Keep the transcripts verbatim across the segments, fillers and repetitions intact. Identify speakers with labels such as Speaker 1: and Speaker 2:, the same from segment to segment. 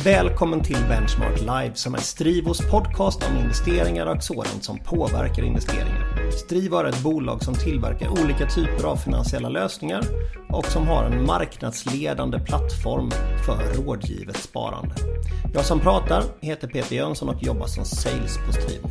Speaker 1: Välkommen till Benchmark Live som är Strivos podcast om investeringar och sådant som påverkar investeringar. Strivo är ett bolag som tillverkar olika typer av finansiella lösningar och som har en marknadsledande plattform för rådgivet sparande. Jag som pratar heter Peter Jönsson och jobbar som sales på Strivo.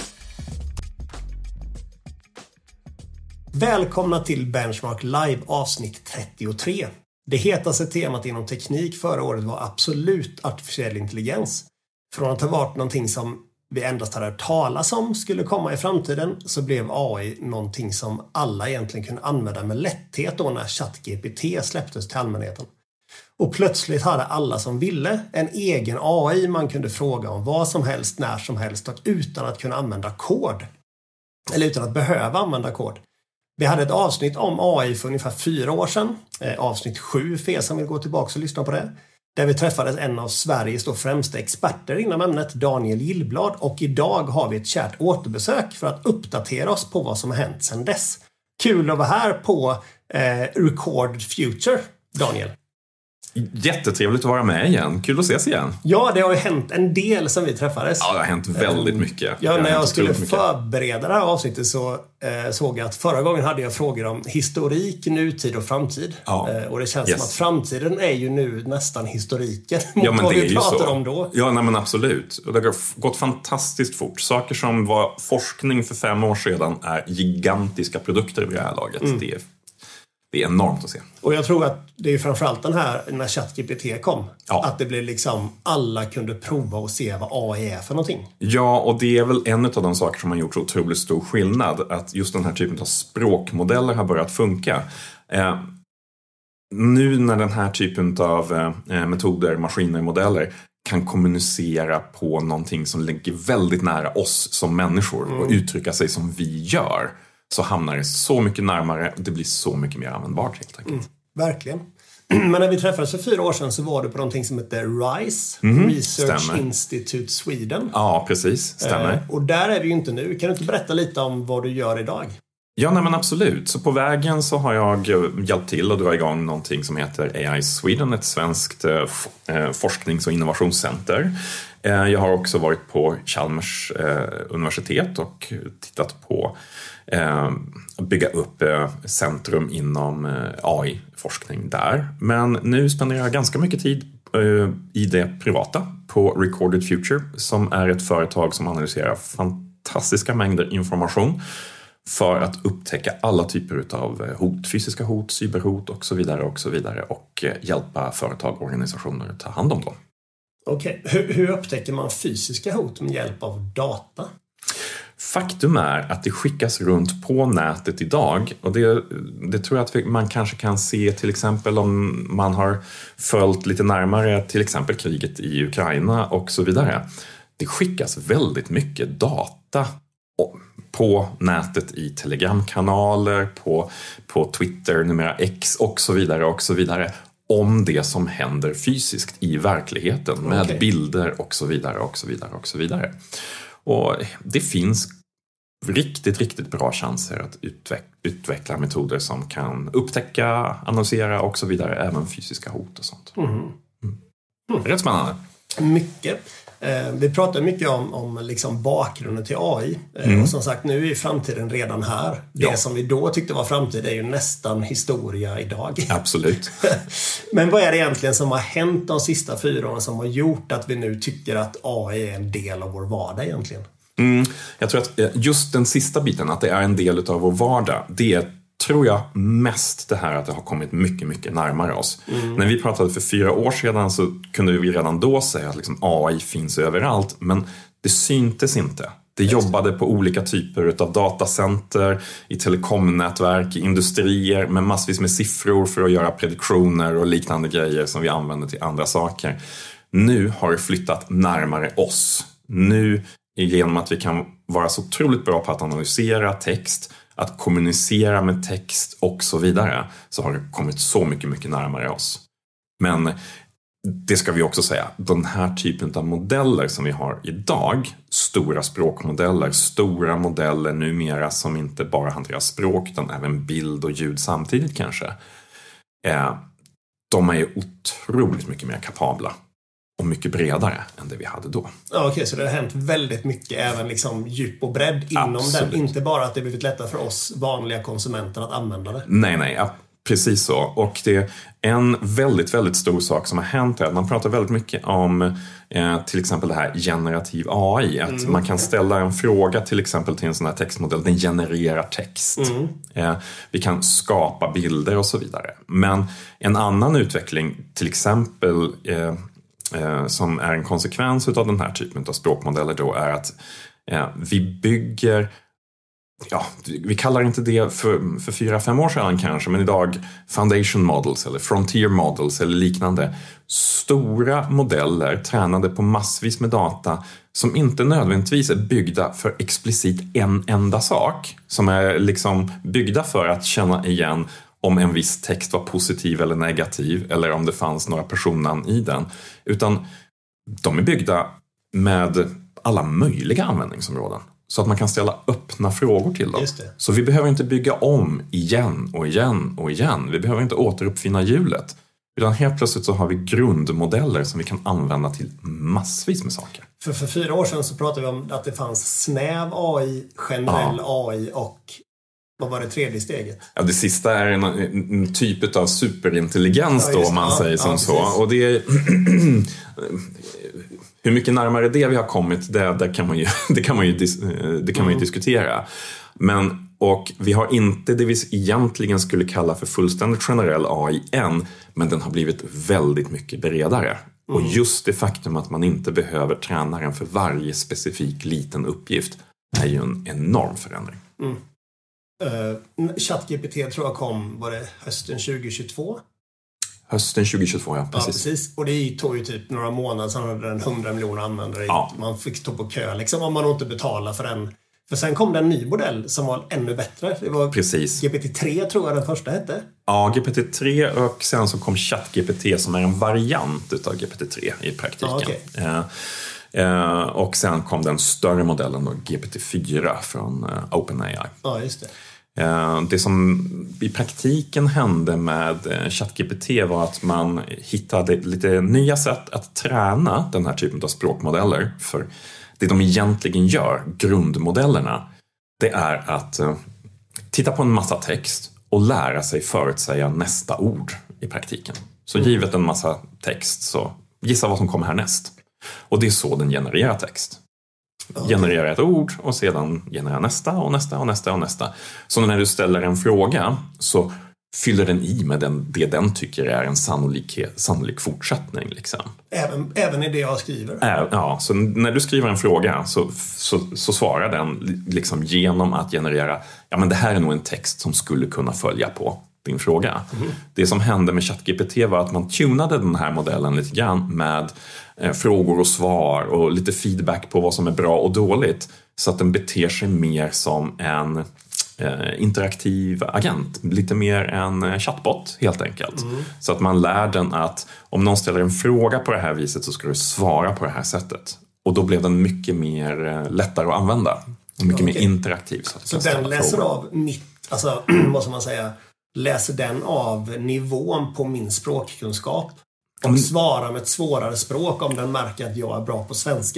Speaker 1: Välkomna till Benchmark Live avsnitt trettiotre. Det hetaste temat inom teknik förra året var absolut artificiell intelligens. Från att ha varit någonting som vi endast hade hört talas om skulle komma i framtiden så blev A I någonting som alla egentligen kunde använda med lätthet då när ChatGPT släpptes till allmänheten. Och plötsligt hade alla som ville en egen A I man kunde fråga om vad som helst, när som helst och utan att kunna använda kod. Eller utan att behöva använda kod. Vi hade ett avsnitt om A I för ungefär fyra år sedan, eh, avsnitt sju för er som vill gå tillbaka och lyssna på det, där vi träffades en av Sveriges då främsta experter inom ämnet, Daniel Gillblad, och idag har vi ett kärt återbesök för att uppdatera oss på vad som har hänt sedan dess. Kul att vara här på eh, Recorded Future, Daniel.
Speaker 2: Jättetrevligt att vara med igen. Kul att ses igen.
Speaker 1: Ja, det har ju hänt en del sedan vi träffades.
Speaker 3: Ja, det har hänt väldigt mycket.
Speaker 1: Ja, när jag skulle förbereda det här avsnittet så eh, såg jag att förra gången hade jag frågor om historik, nutid och framtid. Ja. Eh, och det känns yes. som att framtiden är ju nu nästan historiken mot
Speaker 3: ja, men
Speaker 1: vad
Speaker 3: det
Speaker 1: vi
Speaker 3: är
Speaker 1: pratar
Speaker 3: ju så.
Speaker 1: om då.
Speaker 3: Ja, nej, men absolut. Och det har gått fantastiskt fort. Saker som var forskning för fem år sedan är gigantiska produkter vid det här laget. Mm. Det är Det är enormt att se.
Speaker 1: Och jag tror att det är framförallt den här när ChatGPT kom. Ja. Att det blev liksom, alla kunde prova och se vad A I är för någonting.
Speaker 3: Ja, och det är väl en av de saker som har gjort så otroligt stor skillnad. Att just den här typen av språkmodeller har börjat funka. Eh, nu när den här typen av eh, metoder, maskiner, modeller kan kommunicera på någonting som ligger väldigt nära oss som människor mm. och uttrycka sig som vi gör, så hamnar det så mycket närmare och det blir så mycket mer användbart helt enkelt. Mm,
Speaker 1: verkligen. Men när vi träffades för fyra år sedan så var det på någonting som heter RISE, mm, Research stämmer. Institute Sweden.
Speaker 3: Ja, precis. Stämmer.
Speaker 1: Eh, och där är vi ju inte nu. Kan du inte berätta lite om vad du gör idag?
Speaker 3: Ja, nej, men absolut. Så på vägen så har jag hjälpt till att dra igång någonting som heter A I Sweden, ett svenskt eh, forsknings- och innovationscenter. Eh, jag har också varit på Chalmers eh, universitet och tittat på Eh, bygga upp eh, centrum inom eh, A I-forskning där. Men nu spenderar jag ganska mycket tid eh, i det privata på Recorded Future, som är ett företag som analyserar fantastiska mängder information för att upptäcka alla typer av hot, fysiska hot, cyberhot och så vidare och så vidare och eh, hjälpa företag och organisationer att ta hand om dem.
Speaker 1: Okej, okay. hur, hur upptäcker man fysiska hot med hjälp av data?
Speaker 3: Faktum är att det skickas runt på nätet idag, och det, det tror jag att man kanske kan se till exempel om man har följt lite närmare till exempel kriget i Ukraina och så vidare. Det skickas väldigt mycket data på nätet i telegramkanaler, på, på Twitter, numera X och så vidare och så vidare om det som händer fysiskt i verkligheten med okay. bilder och så vidare och så vidare och så vidare. Och det finns riktigt, riktigt bra chanser att utveck- utveckla metoder som kan upptäcka, analysera och så vidare, även fysiska hot och sånt. Mm. Mm. Mm. Rätt spännande.
Speaker 1: Mycket. Eh, vi pratar mycket om, om liksom bakgrunden till A I. Eh, mm. Och som sagt, nu är framtiden redan här. Det ja. som vi då tyckte var framtid är ju nästan historia idag.
Speaker 3: Absolut.
Speaker 1: Men vad är det egentligen som har hänt de sista fyra åren som har gjort att vi nu tycker att A I är en del av vår vardag egentligen?
Speaker 3: Mm. Jag tror att just den sista biten, att det är en del av vår vardag, det är, tror jag, mest det här att det har kommit mycket, mycket närmare oss. Mm. När vi pratade för fyra år sedan så kunde vi redan då säga att liksom A I finns överallt, men det syntes inte. Det jobbade på olika typer av datacenter, i telekomnätverk, i industrier med massvis med siffror för att göra prediktioner och liknande grejer som vi använder till andra saker. Nu har det flyttat närmare oss. Nu, genom att vi kan vara så otroligt bra på att analysera text, att kommunicera med text och så vidare, så har det kommit så mycket, mycket närmare oss. Men det ska vi också säga, den här typen av modeller som vi har idag, stora språkmodeller, stora modeller numera som inte bara hanterar språk utan även bild och ljud samtidigt kanske, eh, de är ju otroligt mycket mer kapabla. och mycket bredare än det vi hade då.
Speaker 1: Ja, okej, okay, så det har hänt väldigt mycket, även liksom djup och bredd inom
Speaker 3: Absolut.
Speaker 1: den. Inte bara att det blivit lättare för oss vanliga konsumenter att använda det.
Speaker 3: Nej, nej, ja, precis så. Och det är en väldigt, väldigt stor sak som har hänt här. Man pratar väldigt mycket om eh, till exempel det här generativ A I. Att mm. man kan ställa en fråga till exempel till en sån här textmodell. Den genererar text. Mm. Eh, vi kan skapa bilder och så vidare. Men en annan utveckling, till exempel eh, eh, som är en konsekvens av den här typen av språkmodeller då, är att eh, vi bygger... Ja, vi kallar inte det för, för fyra, fem år sedan kanske, men idag foundation models eller frontier models eller liknande. Stora modeller tränade på massvis med data som inte nödvändigtvis är byggda för explicit en enda sak. Som är liksom byggda för att känna igen om en viss text var positiv eller negativ eller om det fanns några personnamn i den. Utan de är byggda med alla möjliga användningsområden. Så att man kan ställa öppna frågor till dem.
Speaker 1: Just det.
Speaker 3: Så vi behöver inte bygga om igen och igen och igen. Vi behöver inte återuppfinna hjulet. Utan helt plötsligt så har vi grundmodeller som vi kan använda till massvis med saker.
Speaker 1: För, för fyra år sedan så pratade vi om att det fanns snäv A I, generell ja. A I och vad var det tredje steget?
Speaker 3: Ja, det sista är en, en typ av superintelligens ja, då, om man ja, säger som ja, så. Och det är... Hur mycket närmare det vi har kommit, det, det kan man ju, det kan man ju, det kan man ju mm. diskutera. Men, och vi har inte det vi egentligen skulle kalla för fullständigt generell A I än, men den har blivit väldigt mycket bredare. Mm. Och just det faktum att man inte behöver träna den för varje specifik liten uppgift är ju en enorm förändring.
Speaker 1: Mm. Uh, ChatGPT tror jag kom, var det hösten tjugohundratjugotvå?
Speaker 3: Hösten tjugohundratjugotvå, ja, precis.
Speaker 1: Ja, precis. Och det tog ju typ några månader sedan hade den hundra miljoner användare. Ja. Man fick stå på kö liksom om man inte betalar för den. För sen kom det en ny modell som var ännu bättre. Det var
Speaker 3: precis.
Speaker 1: G P T tre tror jag den första hette.
Speaker 3: Ja, G P T tre och sen så kom ChatGPT som är en variant utav G P T tre i praktiken. Ja, okay. eh, eh, och sen kom den större modellen då, G P T fyra från eh, OpenAI.
Speaker 1: Ja, just det.
Speaker 3: Det som i praktiken hände med ChatGPT var att man hittade lite nya sätt att träna den här typen av språkmodeller. För det de egentligen gör, grundmodellerna, det är att titta på en massa text och lära sig förutsäga nästa ord i praktiken. Så givet en massa text så gissa vad som kommer härnäst. Och det är så den genererar text. Okay. Generera ett ord och sedan generera nästa och nästa och nästa och nästa. Så när du ställer en fråga så fyller den i med den, det den tycker är en sannolik, sannolik fortsättning. Liksom.
Speaker 1: Även, även i det jag skriver?
Speaker 3: Ä, ja, så när du skriver en fråga så, så, så svarar den liksom genom att generera, ja men det här är nog en text som skulle kunna följa på din fråga. Mm. Det som hände med ChatGPT var att man tunade den här modellen lite grann med eh, frågor och svar och lite feedback på vad som är bra och dåligt så att den beter sig mer som en eh, interaktiv agent, lite mer en chatbot helt enkelt. Mm. Så att man lär den att om någon ställer en fråga på det här viset så ska du svara på det här sättet. Och då blev den mycket mer eh, lättare att använda och mycket okay. mer interaktiv. Så, att
Speaker 1: så den läser frågor. Av mitt, alltså vad ska man säga, läser den av nivån på min språkkunskap och mm. svarar med ett svårare språk om den märker att jag är bra på svenska?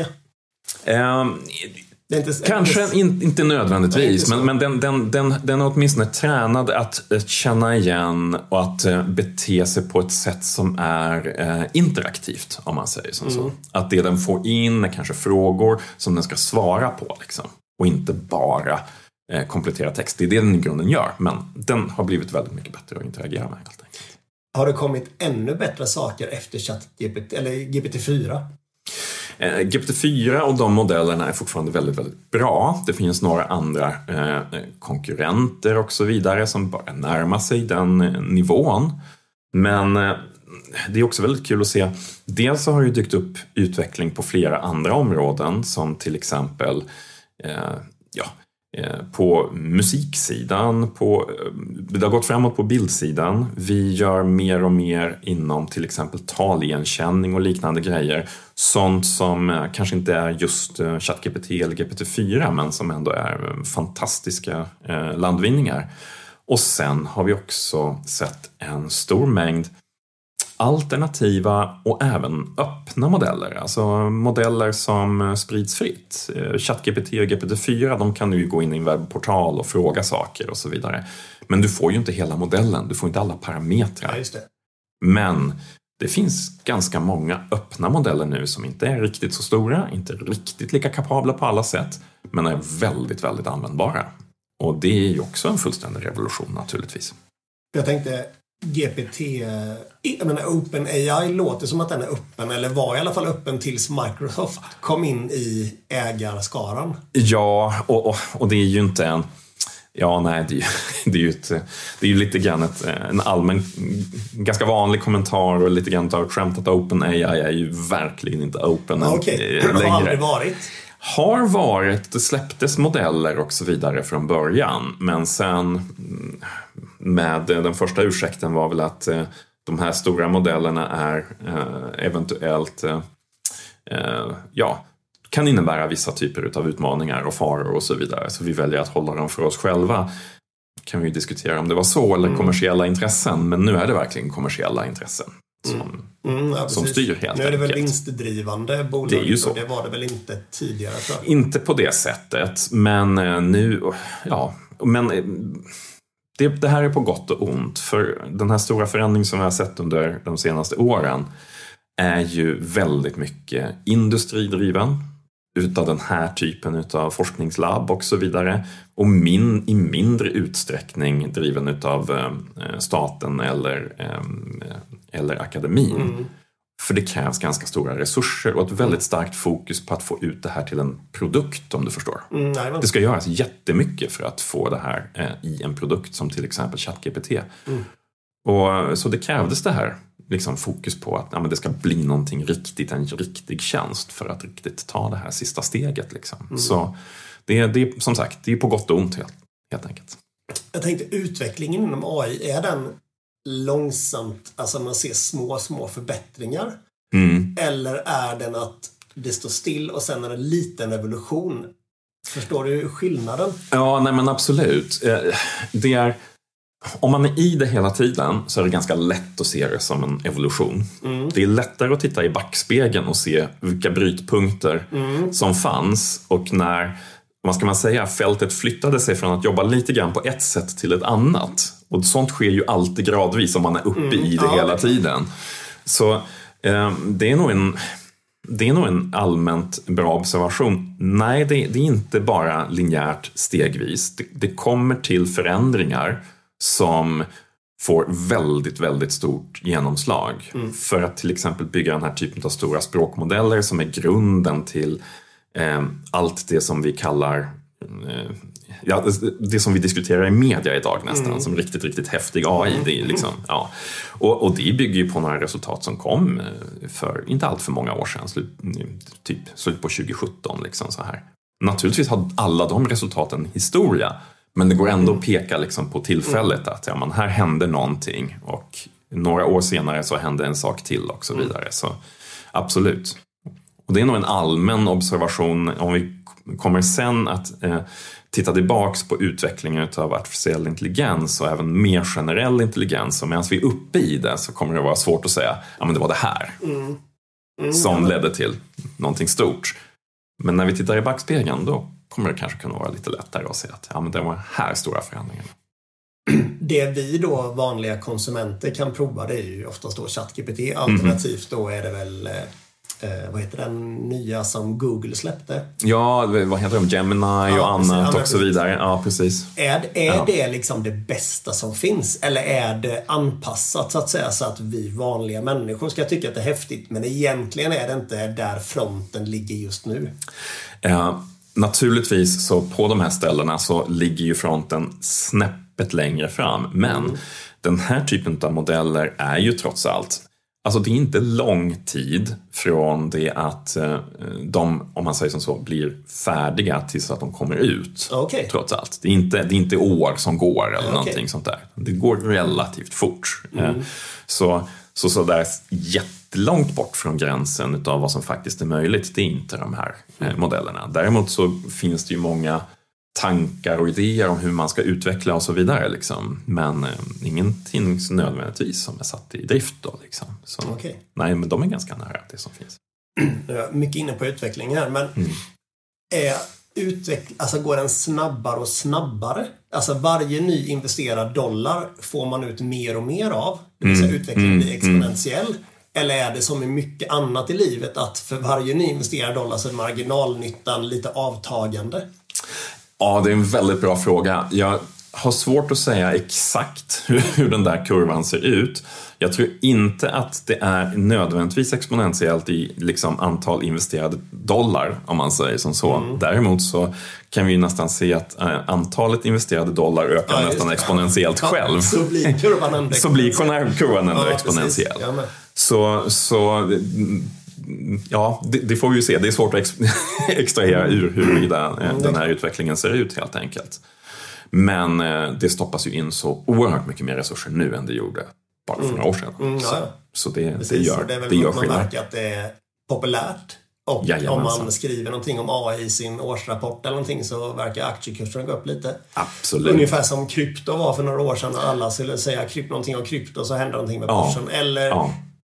Speaker 3: Um, det är inte, kanske inte, in, inte nödvändigtvis, men, men den, den, den, den är åtminstone tränad att, att känna igen och att uh, bete sig på ett sätt som är uh, interaktivt, om man säger som mm. så. Att det den får in är kanske frågor som den ska svara på liksom, och inte bara komplettera text. Det är det den i grunden gör, men den har blivit väldigt mycket bättre att interagera med helt enkelt.
Speaker 1: Har det kommit ännu bättre saker efter ChatGPT eller G P T fyra?
Speaker 3: Eh, G P T fyra och de modellerna är fortfarande väldigt, väldigt bra. Det finns några andra eh, konkurrenter och så vidare som bara närmar sig den eh, nivån. Men eh, det är också väldigt kul att se. Dels så har det dykt upp utveckling på flera andra områden som till exempel eh, ja på musiksidan, på, det har gått framåt på bildsidan. Vi gör mer och mer inom till exempel taligenkänning och liknande grejer. Sånt som kanske inte är just ChatGPT eller G P T fyra men som ändå är fantastiska landvinningar. Och sen har vi också sett en stor mängd alternativa och även öppna modeller. Alltså modeller som sprids fritt. ChatGPT och G P T fyra, de kan ju gå in i en webbportal och fråga saker och så vidare. Men du får ju inte hela modellen, du får inte alla parametrar.
Speaker 1: Ja, just det.
Speaker 3: Men det finns ganska många öppna modeller nu som inte är riktigt så stora, inte riktigt lika kapabla på alla sätt, men är väldigt, väldigt användbara. Och det är ju också en fullständig revolution naturligtvis.
Speaker 1: Jag tänkte G P T, jag menar OpenAI låter som att den är öppen, eller var i alla fall öppen tills Microsoft kom in i ägarskaran.
Speaker 3: Ja, och, och, och det är ju inte en... Ja, nej, det är, det är ju ett, det är ju lite grann ett, en allmän, ganska vanlig kommentar och lite grann av skämt att OpenAI är ju verkligen inte open
Speaker 1: okay.
Speaker 3: längre.
Speaker 1: Det har aldrig varit.
Speaker 3: Har varit, det släpptes modeller och så vidare från början, men sen med den första ursäkten var väl att de här stora modellerna är eventuellt, ja, kan innebära vissa typer av utmaningar och faror och så vidare. Så vi väljer att hålla dem för oss själva. Kan vi ju diskutera om det var så eller mm. kommersiella intressen. Men nu är det verkligen kommersiella intressen som,
Speaker 1: mm. Ja,
Speaker 3: som styr helt enkelt.
Speaker 1: Nu är det väl vinstdrivande bolag.
Speaker 3: Det är ju så.
Speaker 1: Det var det väl inte tidigare, tror jag.
Speaker 3: Inte på det sättet. Men nu, ja, men det, det här är på gott och ont. För den här stora förändringen som vi har sett under de senaste åren är ju väldigt mycket industridriven utav den här typen av forskningslabb och så vidare, och min, i mindre utsträckning driven utav eh, staten eller, eh, eller akademin. Mm. För det krävs ganska stora resurser och ett väldigt starkt fokus på att få ut det här till en produkt, om du förstår. Mm, det ska göras jättemycket för att få det här eh, i en produkt som till exempel ChatGPT. Mm. Och, så det krävdes det här liksom fokus på att ja, men det ska bli någonting riktigt, en riktig tjänst för att riktigt ta det här sista steget. Liksom. Mm. Så det, det är som sagt, det är på gott och ont helt, helt enkelt.
Speaker 1: Jag tänkte, utvecklingen inom A I, är den långsamt, alltså man ser små, små förbättringar? Mm. Eller är den att det står still och sen är det en liten revolution? Förstår du skillnaden?
Speaker 3: Ja, nej men absolut. Det är... Om man är i det hela tiden så är det ganska lätt att se det som en evolution. Mm. Det är lättare att titta i backspegeln och se vilka brytpunkter mm. som fanns. Och när, vad ska man säga, fältet flyttade sig från att jobba lite grann på ett sätt till ett annat. Och sånt sker ju alltid gradvis om man är uppe mm. i det ja, hela tiden. Så eh, det är nog en... Det är nog en allmänt bra observation. Nej, det, det är inte bara linjärt stegvis. Det, det kommer till förändringar som får väldigt, väldigt stort genomslag. Mm. För att till exempel bygga den här typen av stora språkmodeller som är grunden till eh, allt det som vi kallar eh, ja, det, det som vi diskuterar i media idag nästan, mm. som riktigt, riktigt häftig A I. Det är liksom, ja. och, och det bygger ju på några resultat som kom för inte allt för många år sedan, slut, typ slut på tjugo sjutton. Liksom så här. Naturligtvis har alla de resultaten historia, men det går ändå att peka liksom på tillfället att ja, man, här händer någonting och några år senare så hände en sak till och så vidare. Så absolut. Och det är nog en allmän observation om vi kommer sen att eh, titta tillbaks på utvecklingen av artificiell intelligens och även mer generell intelligens. Och medan vi är uppe i det så kommer det vara svårt att säga ja men det var det här mm. Mm, som ja. ledde till någonting stort. Men när vi tittar i backspegeln då kommer det kanske kunna vara lite lättare att se att ja, men det var här stora förändringar.
Speaker 1: Det vi då vanliga konsumenter kan prova, det är ju oftast då ChatGPT. Alternativt då är det väl eh, vad heter den nya som Google släppte?
Speaker 3: Ja, vad heter de? Gemini ja, och annat och så vidare. Ja, precis.
Speaker 1: Är, är ja. det liksom det bästa som finns? Eller är det anpassat så att säga så att vi vanliga människor ska tycka att det är häftigt, men egentligen är det inte där fronten ligger just nu?
Speaker 3: Ja. Naturligtvis så på de här ställena så ligger ju fronten snäppet längre fram. Men mm. den här typen av modeller är ju trots allt, alltså det är inte lång tid från det att de, om man säger som så, blir färdiga tills att de kommer ut.
Speaker 1: Okay.
Speaker 3: Trots allt. Det är, inte, det är inte år som går eller okay. någonting sånt där. Det går relativt fort. Mm. Så, så, så där jättelångt bort från gränsen utav vad som faktiskt är möjligt, det är inte de här mm. modellerna. Däremot så finns det ju många tankar och idéer om hur man ska utveckla och så vidare. Liksom. Men eh, ingenting nödvändigtvis som är satt i drift då. Liksom. Så,
Speaker 1: okay.
Speaker 3: Nej, men de är ganska nära det som finns.
Speaker 1: Jag är mycket inne på utveckling här, men mm. är utveck- alltså går den snabbare och snabbare? Alltså varje ny investerad dollar får man ut mer och mer av. Det vill säga mm. utvecklingen blir exponentiell. Mm. Eller är det som i mycket annat i livet att för varje ny investerad dollar så är marginalnyttan lite avtagande?
Speaker 3: Ja, det är en väldigt bra fråga. Jag har svårt att säga exakt hur, hur den där kurvan ser ut. Jag tror inte att det är nödvändigtvis exponentiellt i liksom antal investerade dollar, om man säger som så. Mm. Däremot så kan vi ju nästan se att äh, antalet investerade dollar ökar ja, nästan exponentiellt ja, själv.
Speaker 1: Så blir kurvan ändå
Speaker 3: så blir kurvan ändå ja, exponentiell. Ja, så, så ja, det, det får vi ju se. Det är svårt att ex- extrahera ur huruvida mm. den här utvecklingen ser ut helt enkelt. Men eh, det stoppas ju in så oerhört mycket mer resurser nu än det gjorde bara för
Speaker 1: mm.
Speaker 3: några år sedan.
Speaker 1: Mm, ja, ja.
Speaker 3: Så, så det,
Speaker 1: Precis,
Speaker 3: det gör,
Speaker 1: det är väl
Speaker 3: det gör
Speaker 1: man
Speaker 3: skillnad.
Speaker 1: märker att det är populärt. Och
Speaker 3: Jajamensan.
Speaker 1: om man skriver någonting om A I i sin årsrapport eller någonting så verkar aktiekursen gå upp lite.
Speaker 3: Absolut.
Speaker 1: Ungefär som krypto var för några år sedan när alla skulle säga kryp, någonting om krypto så hände någonting med börsen. Ja. Eller ja.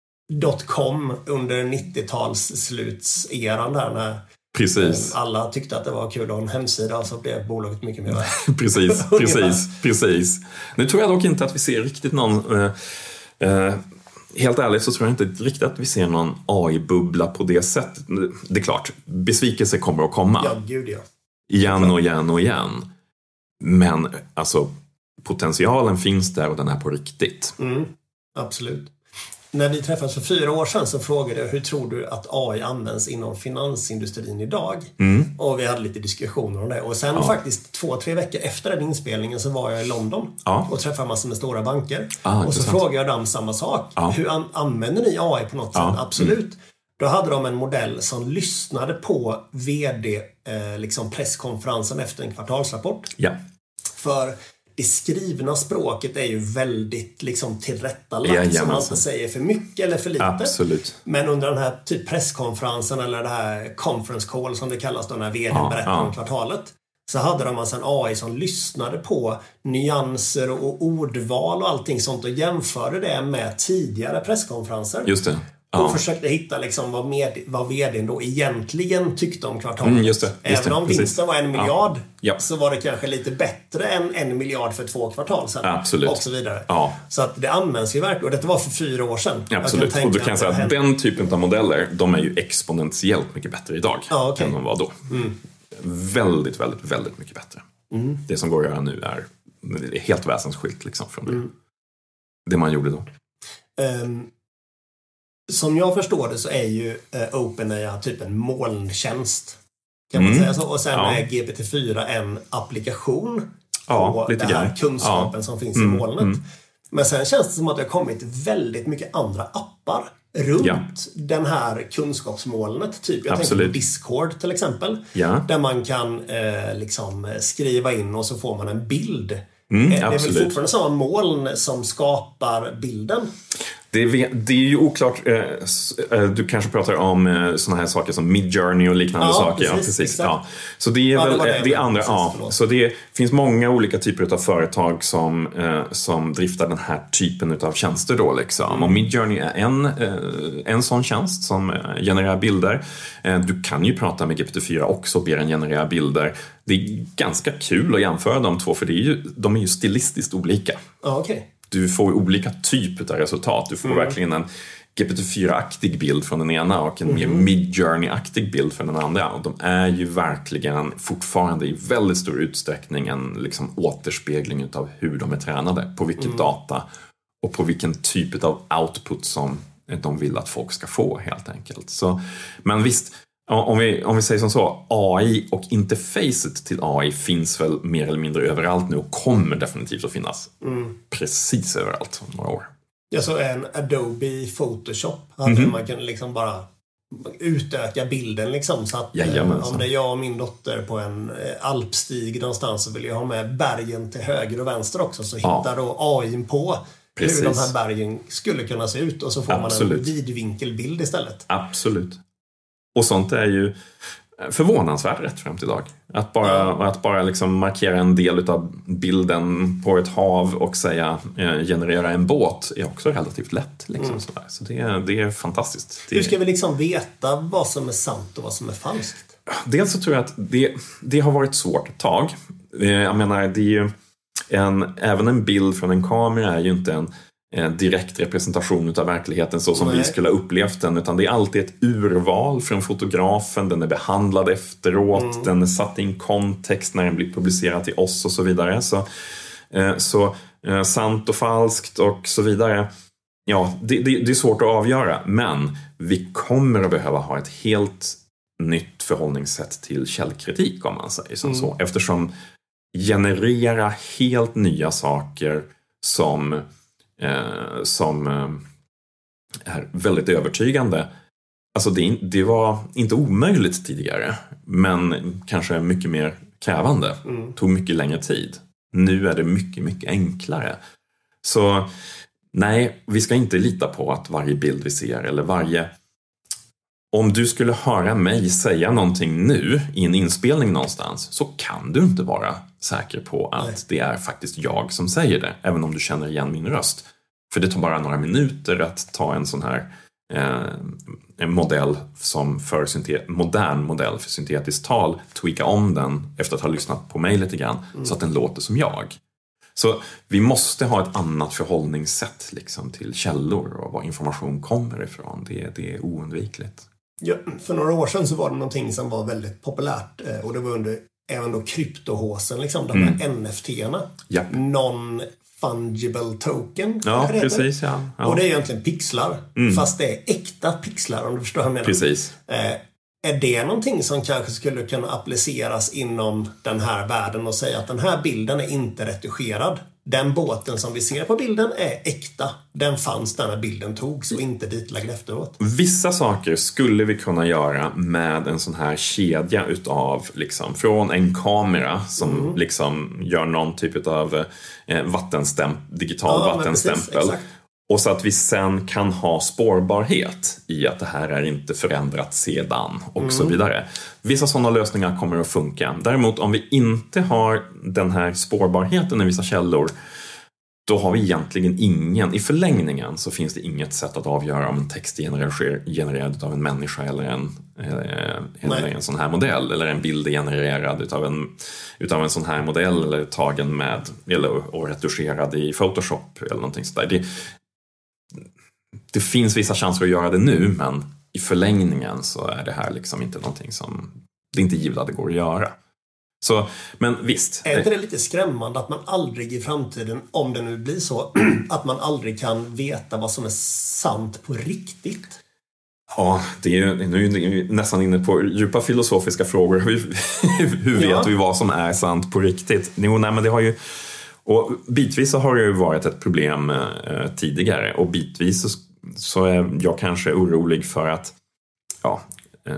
Speaker 1: dotcom under nittiotalsslutseran där när
Speaker 3: precis.
Speaker 1: alla tyckte att det var kul att ha en hemsida och så blev bolaget mycket mer värt.
Speaker 3: precis, precis, precis. Nu tror jag dock inte att vi ser riktigt någon... Eh, eh, helt ärligt så tror jag inte riktigt att vi ser någon A I-bubbla på det sättet. Det är klart, besvikelse kommer att komma.
Speaker 1: Ja, gud ja.
Speaker 3: Igen och igen och igen. Men alltså, potentialen finns där och den är på riktigt.
Speaker 1: Mm, absolut. När vi träffades för fyra år sedan så frågade jag hur tror du att A I används inom finansindustrin idag? Mm. Och vi hade lite diskussioner om det. Och sen ja. faktiskt två, tre veckor efter den inspelningen så var jag i London ja. och träffade massor med stora banker. Ah, och så frågade jag dem samma sak. Ja. Hur an- använder ni A I på något ja. sätt? Absolut. Mm. Då hade de en modell som lyssnade på vd eh, liksom presskonferensen efter en kvartalsrapport.
Speaker 3: Ja.
Speaker 1: För det skrivna språket är ju väldigt liksom tillrättalagt ja, som man inte säger för mycket eller för lite.
Speaker 3: Absolut.
Speaker 1: Men under den här typ presskonferensen eller det här conference call som det kallas då när vdn ja, berättar ja. om kvartalet så hade de alltså en A I som lyssnade på nyanser och ordval och allting sånt och jämförde det med tidigare presskonferenser.
Speaker 3: Just det.
Speaker 1: Och
Speaker 3: ja.
Speaker 1: försökte hitta liksom vad, med, vad vdn då egentligen tyckte om kvartalet.
Speaker 3: Mm, just det, just
Speaker 1: Även om
Speaker 3: det,
Speaker 1: vinsten var en miljard
Speaker 3: ja.
Speaker 1: så var det kanske lite bättre än en miljard för två kvartal sedan.
Speaker 3: Absolut.
Speaker 1: Och så vidare.
Speaker 3: Ja.
Speaker 1: Så att det används ju verkligen. Och detta var för fyra år sedan.
Speaker 3: Absolut. Och du kan säga att den typen av modeller de är ju exponentiellt mycket bättre idag
Speaker 1: ja, okay.
Speaker 3: än de var då. Mm. Väldigt, väldigt, väldigt mycket bättre. Mm. Det som går att göra nu är, är helt väsensskilt liksom från mm. det man gjorde då.
Speaker 1: Um, Som jag förstår det så är ju eh, OpenAI typ en molntjänst. Kan man mm. säga så? Och sen ja. är G P T fyra en applikation
Speaker 3: ja,
Speaker 1: på den här
Speaker 3: grann.
Speaker 1: kunskapen
Speaker 3: ja.
Speaker 1: som finns
Speaker 3: mm.
Speaker 1: i molnet. Mm. Men sen känns det som att det har kommit väldigt mycket andra appar runt ja. den här kunskapsmolnet. Typ, jag
Speaker 3: Absolut.
Speaker 1: tänker på Discord till exempel.
Speaker 3: Ja.
Speaker 1: Där man kan eh, liksom skriva in och så får man en bild.
Speaker 3: Mm,
Speaker 1: det är
Speaker 3: absolut.
Speaker 1: väl fortfarande samma moln som skapar bilden?
Speaker 3: Det är, det är ju oklart. Du kanske pratar om såna här saker som Midjourney och liknande
Speaker 1: ja,
Speaker 3: saker.
Speaker 1: Precis,
Speaker 3: ja, precis. Ja. Så det är ja, väl det, det, det andra. Ja. Så det finns många olika typer av företag som, som driftar den här typen av tjänster då liksom. Mm. Och Midjourney är en, en sån tjänst som genererar bilder. Du kan ju prata med G P T fyra också och be den generera bilder. Det är ganska kul att jämföra de två för det är ju, de är ju stilistiskt olika.
Speaker 1: Ja, okej. Okay.
Speaker 3: Du får olika typer av resultat. Du får mm. verkligen en G P T fyra-aktig bild från den ena och en mm. mer Midjourney-aktig bild från den andra. Och de är ju verkligen fortfarande i väldigt stor utsträckning en liksom återspegling av hur de är tränade. På vilken mm. data och på vilken typ av output som de vill att folk ska få helt enkelt. Så, men visst, om vi, om vi säger som så, A I och interfacet till A I finns väl mer eller mindre överallt nu och kommer definitivt att finnas mm. precis överallt om några år.
Speaker 1: Jag såg en Adobe Photoshop att mm-hmm. man kan liksom bara utöka bilden liksom så att
Speaker 3: Jajamensan.
Speaker 1: om det är jag och min dotter på en alpstig någonstans så vill jag ha med bergen till höger och vänster också så hittar ja. då A I på Precis. hur de här bergen skulle kunna se ut och så får Absolut. man en vidvinkelbild istället.
Speaker 3: Absolut. Och sånt är ju, förvånansvärt rätt fram till idag. Att bara, att bara liksom markera en del av bilden på ett hav och säga eh, generera en båt är också relativt lätt. Liksom, mm. sådär. Så det, det är fantastiskt. Det...
Speaker 1: Hur ska vi liksom veta vad som är sant och vad som är falskt?
Speaker 3: Dels så tror jag att det, det har varit svårt ett tag. Jag menar, det är ju en, även en bild från en kamera är ju inte en en direkt representation av verkligheten så som Nej. vi skulle ha upplevt den, utan det är alltid ett urval från fotografen, den är behandlad efteråt, mm. den är satt i en kontext när den blir publicerad till oss och så vidare. Så, eh, så eh, sant och falskt och så vidare, ja, det, det, det är svårt att avgöra, men vi kommer att behöva ha ett helt nytt förhållningssätt till källkritik, om man säger som mm. så, eftersom generera helt nya saker som Eh, som eh, är väldigt övertygande. Alltså det, det var inte omöjligt tidigare, men kanske mycket mer krävande. Mm. Tog mycket längre tid. Nu är det mycket, mycket enklare. Så nej, vi ska inte lita på att varje bild vi ser eller varje... Om du skulle höra mig säga någonting nu i en inspelning någonstans, så kan du inte vara säker på att Nej. det är faktiskt jag som säger det, även om du känner igen min röst. För det tar bara några minuter att ta en sån här eh, en modell som för syntet- modern modell för syntetiskt tal, tweaka om den efter att ha lyssnat på mig lite grann, mm. så att den låter som jag. Så vi måste ha ett annat förhållningssätt liksom, till källor och var information kommer ifrån. Det, det är oundvikligt.
Speaker 1: Ja, för några år sedan så var det någonting som var väldigt populärt, och det var under även då kryptohåsen, liksom, de här mm. N F T-erna.
Speaker 3: Yep.
Speaker 1: Non-fungible token.
Speaker 3: Ja, precis. Ja. Ja.
Speaker 1: Och det är egentligen pixlar, mm. fast det är äkta pixlar, om du förstår vad jag menar.
Speaker 3: Precis.
Speaker 1: Eh, är det någonting som kanske skulle kunna appliceras inom den här världen och säga att den här bilden är inte retuscherad? Den båten som vi ser på bilden är äkta. Den fanns där när bilden togs och inte ditlagd efteråt.
Speaker 3: Vissa saker skulle vi kunna göra med en sån här kedja utav liksom, från en kamera som mm. liksom gör någon typ av eh, vattenstämp, digital ja, vattenstämpel. Precis, och så att vi sen kan ha spårbarhet i att det här är inte förändrat sedan och mm. så vidare. Vissa sådana lösningar kommer att funka. Däremot om vi inte har den här spårbarheten i vissa källor, då har vi egentligen ingen, i förlängningen så finns det inget sätt att avgöra om en text är genererad av en människa eller en, eller en sån här modell, eller en bild är genererad utav en, utav en sån här modell eller tagen med eller och retuscherad i Photoshop eller någonting sådär. Det, det finns vissa chanser att göra det nu, men i förlängningen så är det här liksom inte någonting som, det är inte givet att det går att göra. Så, men visst.
Speaker 1: Är inte det lite skrämmande att man aldrig i framtiden, om det nu blir så, att man aldrig kan veta vad som är sant på riktigt?
Speaker 3: Ja, det är ju, nu är vi nästan inne på djupa filosofiska frågor. Hur, hur vet ja. vi vad som är sant på riktigt? Jo, nej, men det har ju, och bitvis så har det ju varit ett problem eh, tidigare, och bitvis så, så är jag kanske orolig för att ja, eh,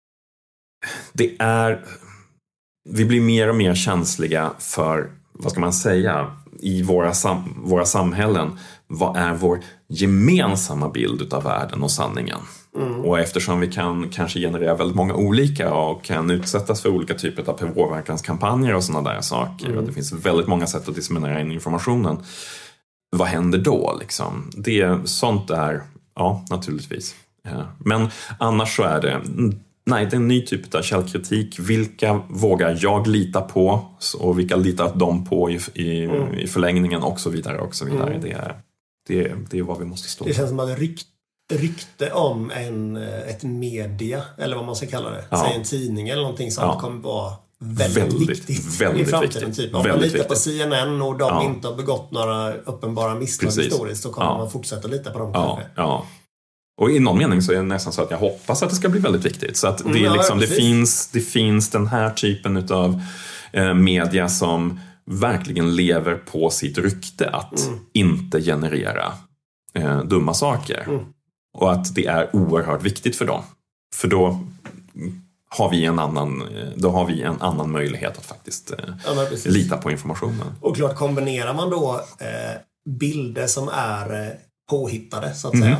Speaker 3: det är... Vi blir mer och mer känsliga för, vad ska man säga, i våra, sam- våra samhällen. Vad är vår gemensamma bild av världen och sanningen? Mm. Och eftersom vi kan kanske generera väldigt många olika och kan utsättas för olika typer av påverkanskampanjer och sådana där saker. Mm. Och det finns väldigt många sätt att disseminera in informationen. Vad händer då liksom? Det, sånt är, ja, naturligtvis. Ja. Men annars så är det... Nej, det är en ny typ av källkritik. Vilka vågar jag lita på och vilka litar de på i, i, mm. i förlängningen och så vidare och så vidare. Mm. Det, är, det, det är vad vi måste stå.
Speaker 1: Det känns som att rykt, rykte om en, ett media, eller vad man ska kalla det, ja. Säg en tidning eller någonting sånt, ja. kommer vara väldigt, väldigt viktigt
Speaker 3: väldigt
Speaker 1: i framtiden.
Speaker 3: Viktigt.
Speaker 1: Typ. Om
Speaker 3: väldigt
Speaker 1: man litar
Speaker 3: viktigt.
Speaker 1: på C N N och de
Speaker 3: ja.
Speaker 1: inte har begått några uppenbara misstag
Speaker 3: Precis.
Speaker 1: historiskt, så kommer
Speaker 3: ja.
Speaker 1: man fortsätta lita på dem.
Speaker 3: Ja, ja. Och i någon mening så är det nästan så att jag hoppas att det ska bli väldigt viktigt. Så att det, är
Speaker 1: ja,
Speaker 3: liksom, det, finns, det finns den här typen av eh, media som verkligen lever på sitt rykte att mm. inte generera eh, dumma saker. Mm. Och att det är oerhört viktigt för dem. För då har vi en annan, då har vi en annan möjlighet att faktiskt eh, ja, lita på informationen.
Speaker 1: Och klart, kombinerar man då eh, bilder som är eh, påhittade så att
Speaker 3: mm.
Speaker 1: säga,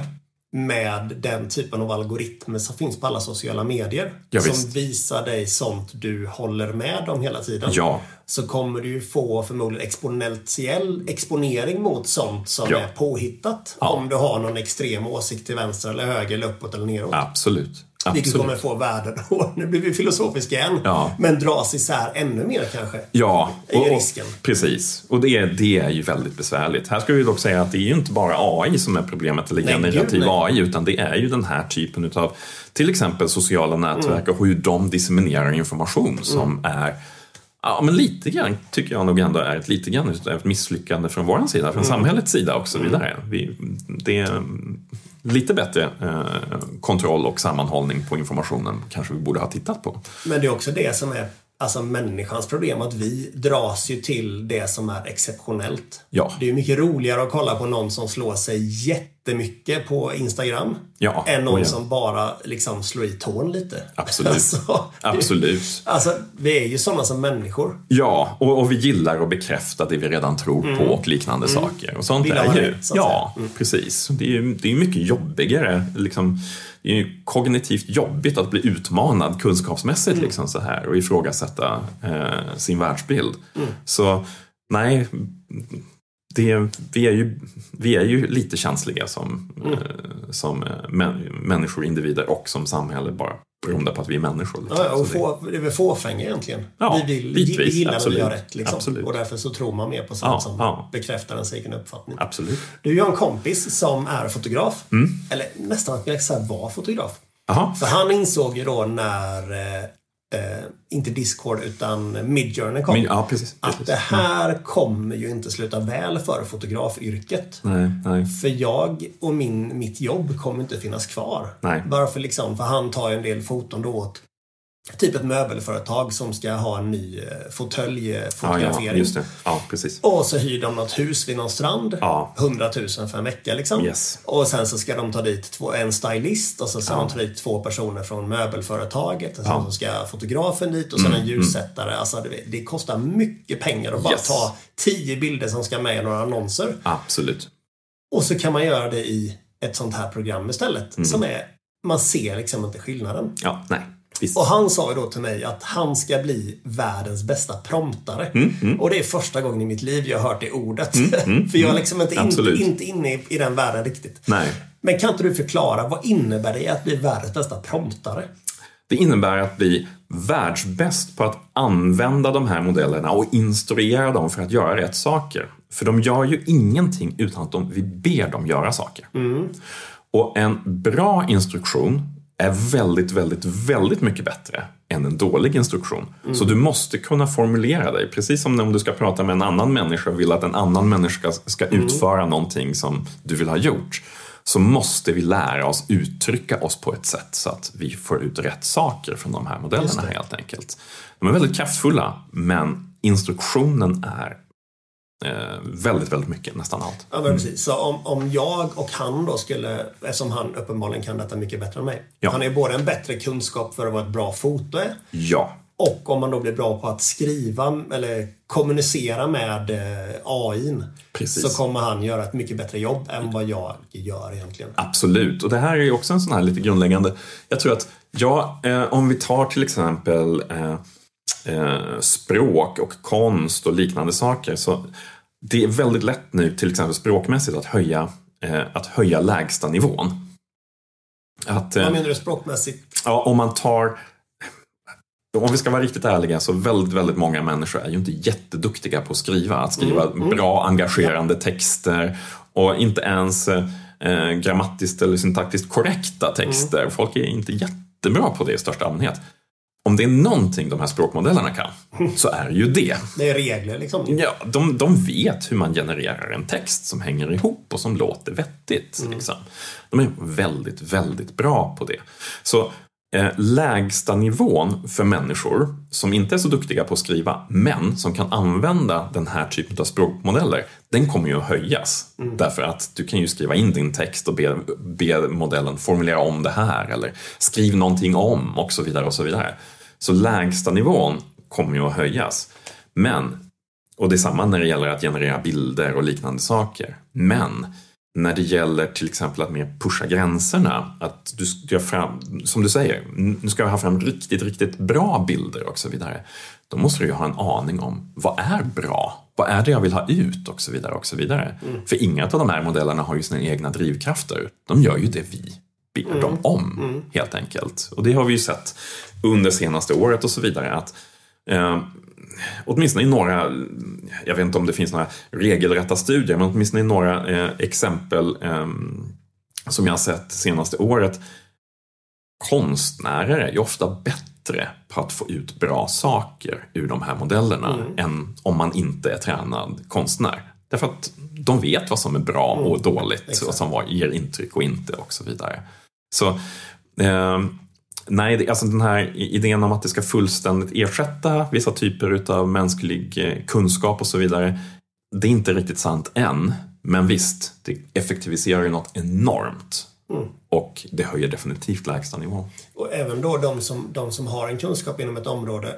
Speaker 1: med den typen av algoritmer som finns på alla sociala medier.
Speaker 3: Ja,
Speaker 1: som
Speaker 3: visst.
Speaker 1: visar dig sånt du håller med om hela tiden.
Speaker 3: Ja.
Speaker 1: Så kommer du ju få förmodligen exponentiell exponering mot sånt som
Speaker 3: Ja.
Speaker 1: är påhittat.
Speaker 3: Ja.
Speaker 1: Om du har någon extrem åsikt till vänster eller höger eller uppåt eller neråt.
Speaker 3: Absolut.
Speaker 1: Vilket
Speaker 3: Absolut.
Speaker 1: kommer få världen, och nu blir vi filosofiska igen,
Speaker 3: Ja.
Speaker 1: men dras isär ännu mer kanske.
Speaker 3: Ja,
Speaker 1: är
Speaker 3: och, och,
Speaker 1: risken.
Speaker 3: precis. Och det, det är ju väldigt besvärligt. Här ska vi dock säga att det är ju inte bara A I som är problemet, eller
Speaker 1: Nej,
Speaker 3: generativ
Speaker 1: gud, nej.
Speaker 3: A I, utan det är ju den här typen av till exempel sociala nätverk
Speaker 1: Mm.
Speaker 3: och hur de disseminerar information som är, ja men lite grann tycker jag nog ändå är ett lite grann ett misslyckande från vår sida, från
Speaker 1: Mm.
Speaker 3: samhällets sida och så vidare. Vi, det är lite bättre eh, kontroll och sammanhållning på informationen kanske vi borde ha tittat på.
Speaker 1: Men det är också det som är alltså människans problem, att vi dras ju till det som är exceptionellt.
Speaker 3: Ja.
Speaker 1: Det är ju mycket roligare att kolla på någon som slår sig jättemycket på Instagram
Speaker 3: Ja,
Speaker 1: än någon
Speaker 3: och ja.
Speaker 1: som bara liksom slår i tån lite.
Speaker 3: Absolut.
Speaker 1: Alltså,
Speaker 3: Absolut.
Speaker 1: Alltså, vi är ju sådana som människor.
Speaker 3: Ja, och, och vi gillar att bekräfta det vi redan tror på och liknande saker. Och sånt
Speaker 1: Vill
Speaker 3: är
Speaker 1: ha
Speaker 3: ju,
Speaker 1: rätt, så att
Speaker 3: ja,
Speaker 1: säga. Mm.
Speaker 3: precis. Det är ju det är mycket jobbigare, liksom, det är ju kognitivt jobbigt att bli utmanad kunskapsmässigt
Speaker 1: Mm.
Speaker 3: liksom så här och ifrågasätta eh, sin världsbild.
Speaker 1: Mm.
Speaker 3: Så nej, det, vi, är ju, vi är ju lite känsliga som,
Speaker 1: Mm.
Speaker 3: eh, som eh, män, människor, individer och som samhälle, bara beroende på att vi är människor. Liksom.
Speaker 1: Ja, och
Speaker 3: Så det-
Speaker 1: få, det är väl fåfänga egentligen.
Speaker 3: Ja,
Speaker 1: vi, vill,
Speaker 3: bitvis,
Speaker 1: vi gillar när vi
Speaker 3: absolut.
Speaker 1: gör rätt. Liksom.
Speaker 3: Absolut.
Speaker 1: Och därför så tror man mer på sånt
Speaker 3: Ja,
Speaker 1: som
Speaker 3: ja.
Speaker 1: bekräftar ens egen uppfattning.
Speaker 3: Absolut.
Speaker 1: Du, jag har en kompis som är fotograf.
Speaker 3: Mm.
Speaker 1: Eller nästan att jag säga var fotograf.
Speaker 3: Aha.
Speaker 1: För han insåg ju då när, eh, eh, inte Discord utan Midjourney kom.
Speaker 3: Men, ja, precis.
Speaker 1: Att
Speaker 3: precis.
Speaker 1: det här kommer ju inte sluta väl för fotografyrket.
Speaker 3: Nej, nej.
Speaker 1: För jag och min, mitt jobb kommer inte finnas kvar.
Speaker 3: Nej.
Speaker 1: Varför liksom? För han tar ju en del foton då åt typ ett möbelföretag som ska ha en ny eh,
Speaker 3: Ja, ja,
Speaker 1: fåtöljfotografering.
Speaker 3: just det. Ja, precis.
Speaker 1: Och så hyr de något hus vid någon strand.
Speaker 3: Ja.
Speaker 1: hundratusen för en vecka liksom.
Speaker 3: Yes.
Speaker 1: Och sen så ska de ta dit två, en stylist och så ska
Speaker 3: Ja.
Speaker 1: de ta dit två personer från möbelföretaget. Och sen
Speaker 3: Ja.
Speaker 1: så ska fotografen dit och sen
Speaker 3: Mm,
Speaker 1: en ljussättare. Alltså det, det kostar mycket pengar att bara
Speaker 3: Yes.
Speaker 1: ta tio bilder som ska med i några annonser.
Speaker 3: Absolut.
Speaker 1: Och så kan man göra det i ett sånt här program istället.
Speaker 3: Mm.
Speaker 1: Som är, man ser liksom inte skillnaden.
Speaker 3: Ja, nej. Visst.
Speaker 1: Och han sa ju då till mig att han ska bli världens bästa promptare.
Speaker 3: Mm, mm.
Speaker 1: Och det är första gången i mitt liv jag har hört det ordet.
Speaker 3: Mm, mm,
Speaker 1: För jag är liksom inte, inte,
Speaker 3: Absolut.
Speaker 1: inte inne i, i den världen riktigt.
Speaker 3: Nej.
Speaker 1: Men kan inte du förklara, vad innebär det att bli världens bästa promptare?
Speaker 3: Det innebär att bli världsbäst på att använda de här modellerna och instruera dem för att göra rätt saker. För de gör ju ingenting utan att de, vi ber dem göra saker.
Speaker 1: Mm.
Speaker 3: Och en bra instruktion är väldigt, väldigt, väldigt mycket bättre än en dålig instruktion.
Speaker 1: Mm.
Speaker 3: Så du måste kunna formulera dig. Precis som om du ska prata med en annan människa och vill att en annan människa ska, ska
Speaker 1: Mm.
Speaker 3: utföra någonting som du vill ha gjort. Så måste vi lära oss uttrycka oss på ett sätt så att vi får ut rätt saker från de här modellerna helt enkelt. De är väldigt kraftfulla, men instruktionen är eh, väldigt, väldigt mycket, nästan allt.
Speaker 1: Ja, men precis. Så om, om jag och han då skulle, eftersom han uppenbarligen kan detta mycket bättre än mig.
Speaker 3: Ja.
Speaker 1: Han är både en bättre kunskap för vad ett bra foto är.
Speaker 3: Ja,
Speaker 1: Och om man då blir bra på att skriva eller kommunicera med eh, A I:n.
Speaker 3: Precis.
Speaker 1: Så kommer han göra ett mycket bättre jobb än vad jag gör egentligen.
Speaker 3: absolut. Och det här är ju också en sån här lite grundläggande. Jag tror att, ja, eh, om vi tar till exempel eh, eh, språk och konst och liknande saker, så det är väldigt lätt nu, till exempel språkmässigt, att höja, eh, att höja lägsta nivån. Att, eh,
Speaker 1: Vad menar du språkmässigt?
Speaker 3: ja, om man tar... Om vi ska vara riktigt ärliga, så väldigt, väldigt många människor är ju inte jätteduktiga på att skriva. Att skriva
Speaker 1: Mm, mm.
Speaker 3: bra, engagerande texter och inte ens eh, grammatiskt eller syntaktiskt korrekta texter.
Speaker 1: Mm.
Speaker 3: Folk är inte jättebra på det i största allmänhet. Om det är någonting de här språkmodellerna kan, så är det ju det.
Speaker 1: Det är regler liksom.
Speaker 3: Ja, de, de vet hur man genererar en text som hänger ihop och som låter vettigt.
Speaker 1: Mm.
Speaker 3: Liksom. De är väldigt, väldigt bra på det. Så eh, lägsta nivån för människor som inte är så duktiga på att skriva, men som kan använda den här typen av språkmodeller, den kommer ju att höjas.
Speaker 1: Mm.
Speaker 3: Därför att du kan ju skriva in din text och be, be modellen formulera om det här, eller skriv någonting om, och så vidare och så vidare. Så lägsta nivån kommer ju att höjas. Men, och det är samma när det gäller att generera bilder och liknande saker. Men när det gäller till exempel att mer pusha gränserna, att du ska fram, som du säger, nu ska jag ha fram riktigt, riktigt bra bilder och så vidare. Då måste du ju ha en aning om vad är bra, vad är det jag vill ha ut och så vidare och så vidare. Mm. För inga av de här modellerna har ju sina egna drivkrafter. De gör ju det vi ber mm. dem om, mm. helt enkelt. Och det har vi ju sett under senaste året och så vidare, att eh, åtminstone i några, jag vet inte om det finns några regelrätta studier, men åtminstone i några eh, exempel eh, som jag har sett senaste året, konstnärer är ju ofta bättre på att få ut bra saker ur de här modellerna mm. än om man inte är tränad konstnär. Därför att de vet vad som är bra mm. och dåligt, Exakt. Vad som ger intryck och inte och så vidare. Så eh, nej, det, alltså den här idén om att det ska fullständigt ersätta vissa typer av mänsklig kunskap och så vidare, det är inte riktigt sant än. Men visst, det effektiviserar ju något enormt. Mm. Och det höjer definitivt lägsta nivå.
Speaker 1: Och även då de som, de som har en kunskap inom ett område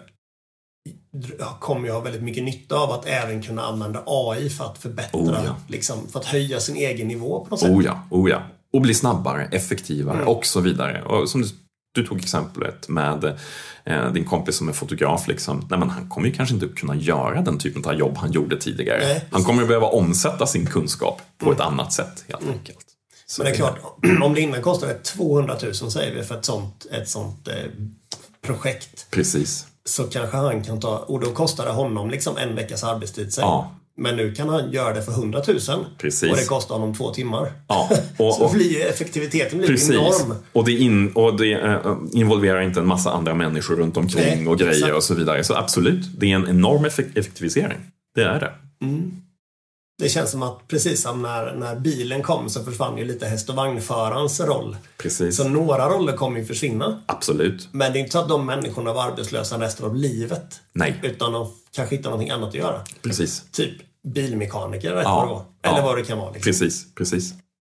Speaker 1: kommer ju ha väldigt mycket nytta av att även kunna använda A I för att förbättra, oh ja. liksom, för att höja sin egen nivå på något sätt.
Speaker 3: Oh ja, oh ja. Och bli snabbare, effektivare mm. och så vidare. Och som du, du tog exemplet med eh, din kompis som är fotograf. Liksom. Nej, men han kommer ju kanske inte kunna göra den typen av jobb han gjorde tidigare. Nej, han kommer ju behöva omsätta sin kunskap på mm. ett annat sätt, helt mm. enkelt.
Speaker 1: Så men det är klart, om det innan kostade tvåhundratusen säger vi för ett sånt, ett sånt eh, projekt.
Speaker 3: Precis.
Speaker 1: Så kanske han kan ta, och då kostar det honom liksom en veckas arbetstid.
Speaker 3: Ja.
Speaker 1: Men nu kan han göra det för hundratusen.
Speaker 3: Precis.
Speaker 1: Och det kostar honom två timmar.
Speaker 3: Ja. Och,
Speaker 1: så blir effektiviteten blir
Speaker 3: precis.
Speaker 1: enorm.
Speaker 3: Och det, in, och det äh, involverar inte en massa andra människor runt omkring Nej, och grejer exakt. Och så vidare. Så absolut, det är en enorm effek- effektivisering. Det är det.
Speaker 1: Mm. Det känns som att precis som när, när bilen kom så försvann ju lite häst- och vagnförarens roll.
Speaker 3: Precis.
Speaker 1: Så några roller kommer ju försvinna.
Speaker 3: Absolut.
Speaker 1: Men det är inte så att de människorna var arbetslösa resten av livet.
Speaker 3: Nej.
Speaker 1: Utan de kanske hittar någonting annat att göra.
Speaker 3: Precis.
Speaker 1: Typ bilmekaniker, rätt
Speaker 3: ja.
Speaker 1: vad det var. Eller
Speaker 3: ja.
Speaker 1: vad det kan vara. Liksom.
Speaker 3: Precis, precis.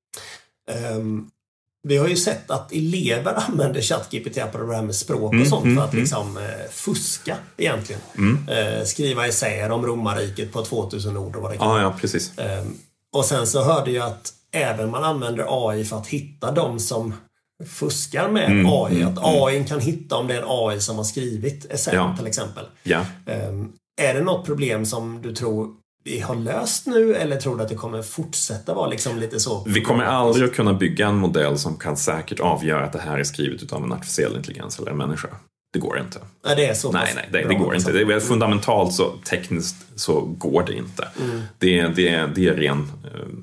Speaker 1: Um, vi har ju sett att elever använder ChatGPT på det här med språk
Speaker 3: mm,
Speaker 1: och sånt
Speaker 3: mm,
Speaker 1: för att
Speaker 3: mm.
Speaker 1: liksom eh, fuska egentligen.
Speaker 3: Mm.
Speaker 1: Eh, skriva essäer om romarriket på tvåtusen ord och vad det kan
Speaker 3: ja,
Speaker 1: vara.
Speaker 3: Ja, precis.
Speaker 1: Um, och sen så hörde jag att även man använder A I för att hitta de som fuskar med mm, A I. Att A I kan hitta om det är en A I som har skrivit essän ja. till exempel.
Speaker 3: Ja.
Speaker 1: Um, är det något problem som du tror vi har löst nu, eller tror du att det kommer fortsätta vara liksom lite så?
Speaker 3: Vi kommer aldrig att kunna bygga en modell som kan säkert avgöra att det här är skrivet av en artificiell intelligens eller en människa. Det går inte.
Speaker 1: Nej, det är så
Speaker 3: nej, nej, det, det går inte. Det är fundamentalt så tekniskt så går det inte. Mm. Det, det, det är ren...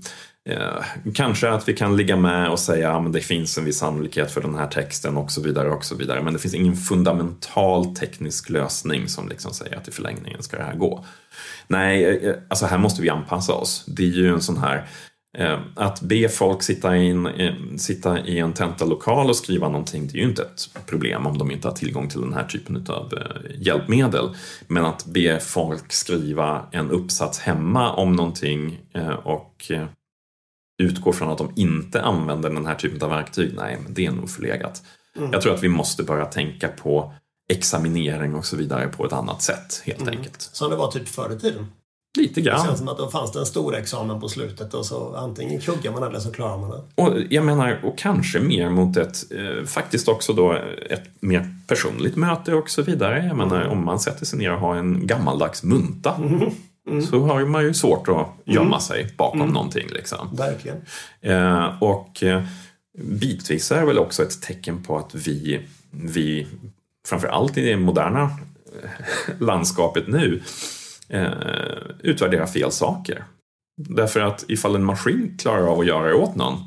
Speaker 3: Eh, kanske att vi kan ligga med och säga att ja, det finns en viss sannolikhet för den här texten och så vidare och så vidare. Men det finns ingen fundamental teknisk lösning som liksom säger att i förlängningen ska det här gå. Nej, alltså här måste vi anpassa oss. Det är ju en sån här eh, att be folk sitta, in, eh, sitta i en tentalokal och skriva någonting, det är ju inte ett problem om de inte har tillgång till den här typen av eh, hjälpmedel. Men att be folk skriva en uppsats hemma om någonting eh, och eh, utgår från att de inte använder den här typen av verktyg, nej, men det är nog förlegat. Mm. Jag tror att vi måste börja tänka på examinering och så vidare på ett annat sätt, helt mm. enkelt.
Speaker 1: Som det var typ förr i tiden?
Speaker 3: Lite grann.
Speaker 1: Det känns som att då fanns det en stor examen på slutet och så antingen kuggar man eller så klarar man det.
Speaker 3: Och jag menar, och kanske mer mot ett, eh, faktiskt också då ett mer personligt möte och så vidare. Jag menar, mm. om man sätter sig ner och har en gammaldags munta mm. Mm. så har man ju svårt att gömma mm. sig bakom mm. någonting liksom.
Speaker 1: Verkligen.
Speaker 3: Eh, och eh, bitvis är väl också ett tecken på att vi, vi framförallt i det moderna landskapet nu eh, utvärderar fel saker. Därför att ifall en maskin klarar av att göra det åt någon,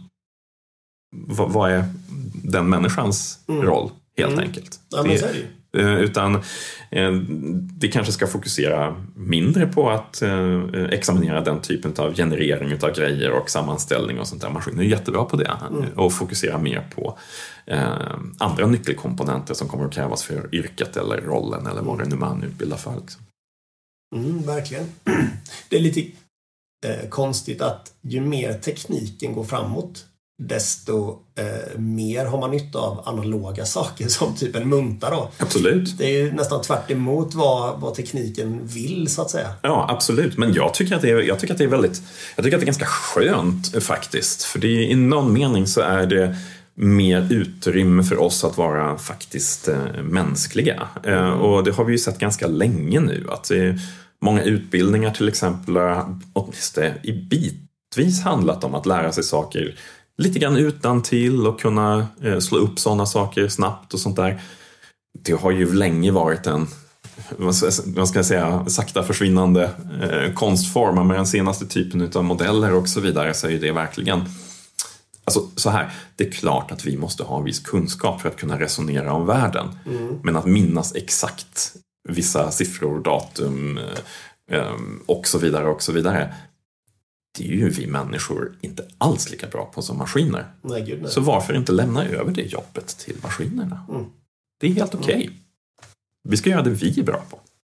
Speaker 3: vad, vad är den människans mm. roll helt mm. enkelt?
Speaker 1: Ja, men så är det ju.
Speaker 3: Utan eh, vi kanske ska fokusera mindre på att eh, examinera den typen av generering av grejer och sammanställning och sånt där. Maskinen är jättebra på det mm. och fokusera mer på eh, andra nyckelkomponenter som kommer att krävas för yrket eller rollen eller vad det nu man utbildar för. Liksom.
Speaker 1: Mm, verkligen. Det är lite eh, konstigt att ju mer tekniken går framåt, desto eh, mer har man nytta av analoga saker som typ en munta då.
Speaker 3: Absolut.
Speaker 1: Det är ju nästan tvärt emot vad, vad tekniken vill så att säga.
Speaker 3: Ja, absolut. Men jag tycker att det är, jag tycker att det är väldigt, jag tycker att det är ganska skönt faktiskt. För det är, i någon mening så är det mer utrymme för oss att vara faktiskt eh, mänskliga. Eh, och det har vi ju sett ganska länge nu. Att det är många utbildningar till exempel har åtminstone i bitvis handlat om att lära sig saker lite grann utan till och kunna eh, slå upp sådana saker snabbt och sånt där. Det har ju länge varit en, vad ska jag säga, sakta försvinnande eh, konstform. Med den senaste typen av modeller och så vidare så är det verkligen, alltså så här, det är klart att vi måste ha en viss kunskap för att kunna resonera om världen. Mm. Men att minnas exakt vissa siffror, datum eh, och så vidare och så vidare, det är ju vi människor inte alls lika bra på som maskiner.
Speaker 1: Nej, gud, nej. Så
Speaker 3: varför inte lämna över det jobbet till maskinerna? Mm. Det är helt okej. Okay. Mm. Vi ska göra det vi är bra på.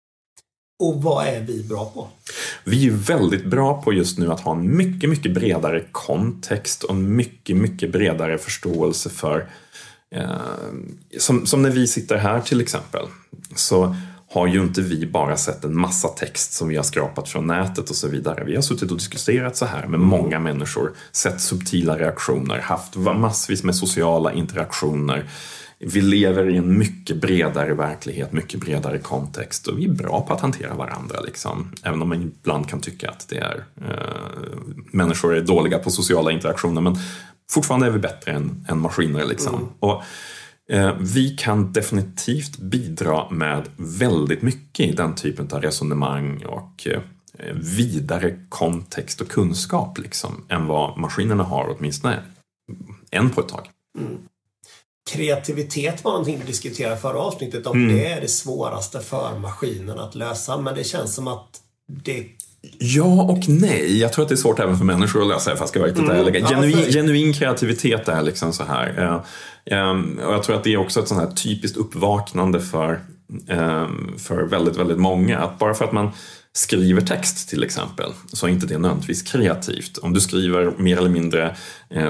Speaker 1: Och vad är vi bra på?
Speaker 3: Vi är väldigt bra på just nu att ha en mycket, mycket bredare kontext och en mycket, mycket bredare förståelse för eh, som, som när vi sitter här till exempel, så har ju inte vi bara sett en massa text som vi har skrapat från nätet och så vidare. Vi har suttit och diskuterat så här med många människor, sett subtila reaktioner, haft massvis med sociala interaktioner. Vi lever i en mycket bredare verklighet, mycket bredare kontext, och vi är bra på att hantera varandra liksom. Även om man ibland kan tycka att det är eh, människor är dåliga på sociala interaktioner, men fortfarande är vi bättre än, än maskiner liksom. Mm. Och eh, vi kan definitivt bidra med väldigt mycket i den typen av resonemang och eh, vidare kontext och kunskap liksom, än vad maskinerna har, åtminstone än på ett tag. Mm.
Speaker 1: Kreativitet var någonting vi diskuterade förra avsnittet om. Mm. Det är det svåraste för maskinen att lösa, men det känns som att det...
Speaker 3: Ja och nej. Jag tror att det är svårt även för människor att lösa, fast ska vara riktigt ärlig. Mm. Genuin, ja, genuin kreativitet är liksom så här. Uh, och jag tror att det är också ett sånt här typiskt uppvaknande för, uh, för väldigt, väldigt många. Att bara för att man skriver text till exempel, så är inte det nödvändigtvis kreativt. Om du skriver mer eller mindre eh,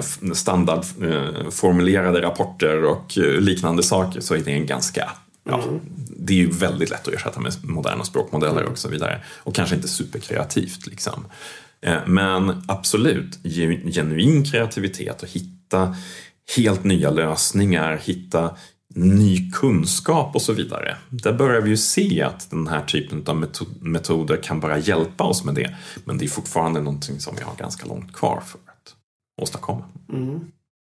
Speaker 3: standardformulerade eh, rapporter och eh, liknande saker, så är det en ganska... Ja, mm. Det är ju väldigt lätt att ersätta med moderna språkmodeller och så vidare. Och kanske inte superkreativt liksom. Eh, men absolut, genuin kreativitet och hitta helt nya lösningar, hitta ny kunskap och så vidare. Där börjar vi ju se att den här typen av metoder kan bara hjälpa oss med det. Men det är fortfarande någonting som vi har ganska långt kvar för att åstadkomma.
Speaker 1: Mm.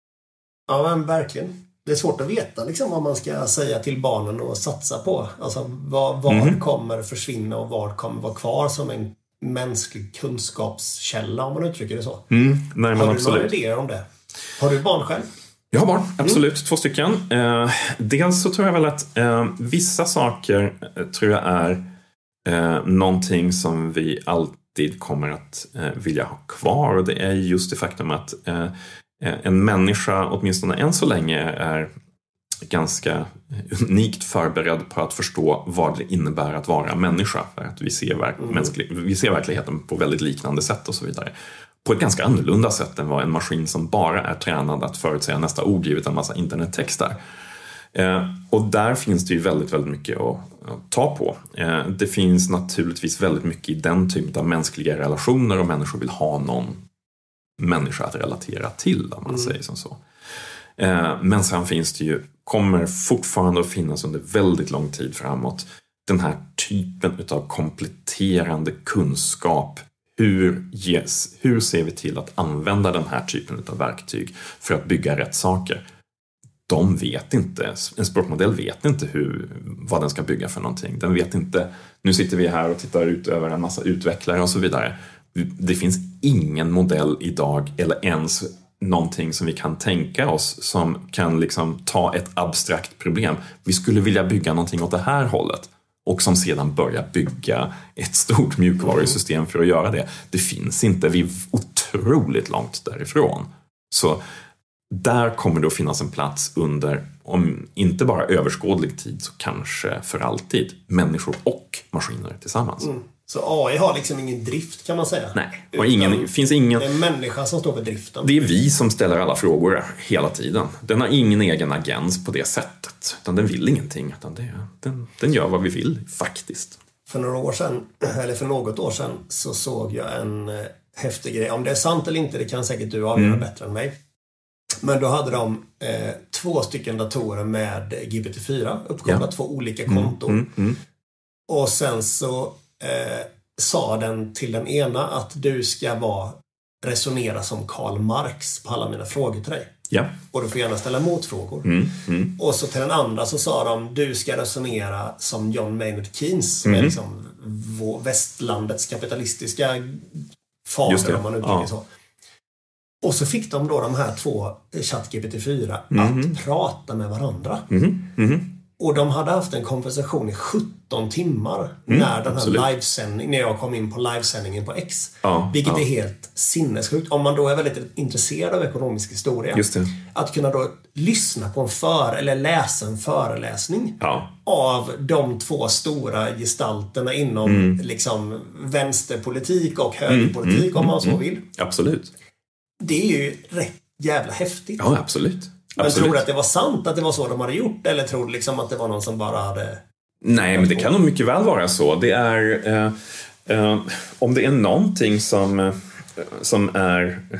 Speaker 1: Ja, men verkligen. Det är svårt att veta liksom, vad man ska säga till barnen och satsa på. Alltså, vad, vad mm. kommer försvinna och vad kommer vara kvar som en mänsklig kunskapskälla, om man uttrycker det så.
Speaker 3: Mm. Nej, men
Speaker 1: har du
Speaker 3: absolut.
Speaker 1: några idéer om det? Har du barn själv?
Speaker 3: Jag har barn, absolut. Mm. Två stycken. Eh, dels så tror jag väl att eh, vissa saker eh, tror jag är eh, någonting som vi alltid kommer att eh, vilja ha kvar. Och det är just det faktum att eh, en människa, åtminstone än så länge, är ganska unikt förberedd på att förstå vad det innebär att vara människa. För att vi ser, verk- mm. mänsklig- vi ser verkligheten på väldigt liknande sätt och så vidare. På ett ganska annorlunda sätt än vad en maskin som bara är tränad att förutsäga nästa ord givet en massa internettexter. Eh, och där finns det ju väldigt, väldigt mycket att, att ta på. Eh, det finns naturligtvis väldigt mycket i den typen av mänskliga relationer, och människor vill ha någon människa att relatera till, om man mm. säger som så. Eh, men sen finns det ju, kommer fortfarande att finnas under väldigt lång tid framåt, den här typen av kompletterande kunskap. Hur, yes, hur ser vi till att använda den här typen av verktyg för att bygga rätt saker? De vet inte, en språkmodell vet inte hur, vad den ska bygga för någonting. Den vet inte, nu sitter vi här och tittar ut över en massa utvecklare och så vidare. Det finns ingen modell idag, eller ens någonting som vi kan tänka oss som kan liksom ta ett abstrakt problem. Vi skulle vilja bygga någonting åt det här hållet. Och som sedan börjar bygga ett stort mjukvarusystem för att göra det. Det finns inte, vi är otroligt långt därifrån. Så där kommer det att finnas en plats under, om inte bara överskådlig tid, så kanske för alltid, människor och maskiner tillsammans. Mm.
Speaker 1: Så A I har liksom ingen drift kan man säga.
Speaker 3: Nej, och ingen, finns ingen...
Speaker 1: Det är människan som står för driften.
Speaker 3: Det är vi som ställer alla frågor hela tiden. Den har ingen egen agens på det sättet. Utan den vill ingenting. Utan det, den, den gör vad vi vill, faktiskt.
Speaker 1: För några år sedan, eller för något år sedan, så såg jag en eh, häftig grej. Om det är sant eller inte, det kan säkert du avgöra mm. bättre än mig. Men då hade de eh, två stycken datorer med G P T fyra uppkopplat, ja. två olika konton. Mm, mm, mm. Och sen så eh, sa den till den ena att du ska vara, resonera som Karl Marx på alla mina frågor till dig.
Speaker 3: Ja.
Speaker 1: Och du får gärna ställa motfrågor.
Speaker 3: Mm, mm.
Speaker 1: Och så till den andra så sa de, du ska resonera som John Maynard Keynes, som mm. är liksom vår, västlandets kapitalistiska fader, om man uttrycker ja. så. Och så fick de då de här två ChatGPT fyra mm. att prata med varandra.
Speaker 3: Mm. Mm.
Speaker 1: Och de hade haft en konversation i sjutton timmar mm, när den här livesändningen, när jag kom in på livesändningen på X.
Speaker 3: Ja,
Speaker 1: vilket
Speaker 3: ja.
Speaker 1: är helt sinnessjukt. Om man då är väldigt intresserad av ekonomisk historia.
Speaker 3: Just det.
Speaker 1: Att kunna då lyssna på en för eller läsa en föreläsning
Speaker 3: ja.
Speaker 1: av de två stora gestalterna inom mm. liksom vänsterpolitik och högerpolitik mm, mm, om man så vill.
Speaker 3: Mm, absolut.
Speaker 1: Det är ju rätt jävla häftigt.
Speaker 3: Ja, absolut.
Speaker 1: Men
Speaker 3: Absolut.
Speaker 1: tror du att det var sant att det var så de hade gjort? Eller tror du liksom att det var någon som bara hade...
Speaker 3: Nej, men det kan nog mycket väl vara så. Det är... Eh, eh, om det är någonting som, eh, som är... Eh,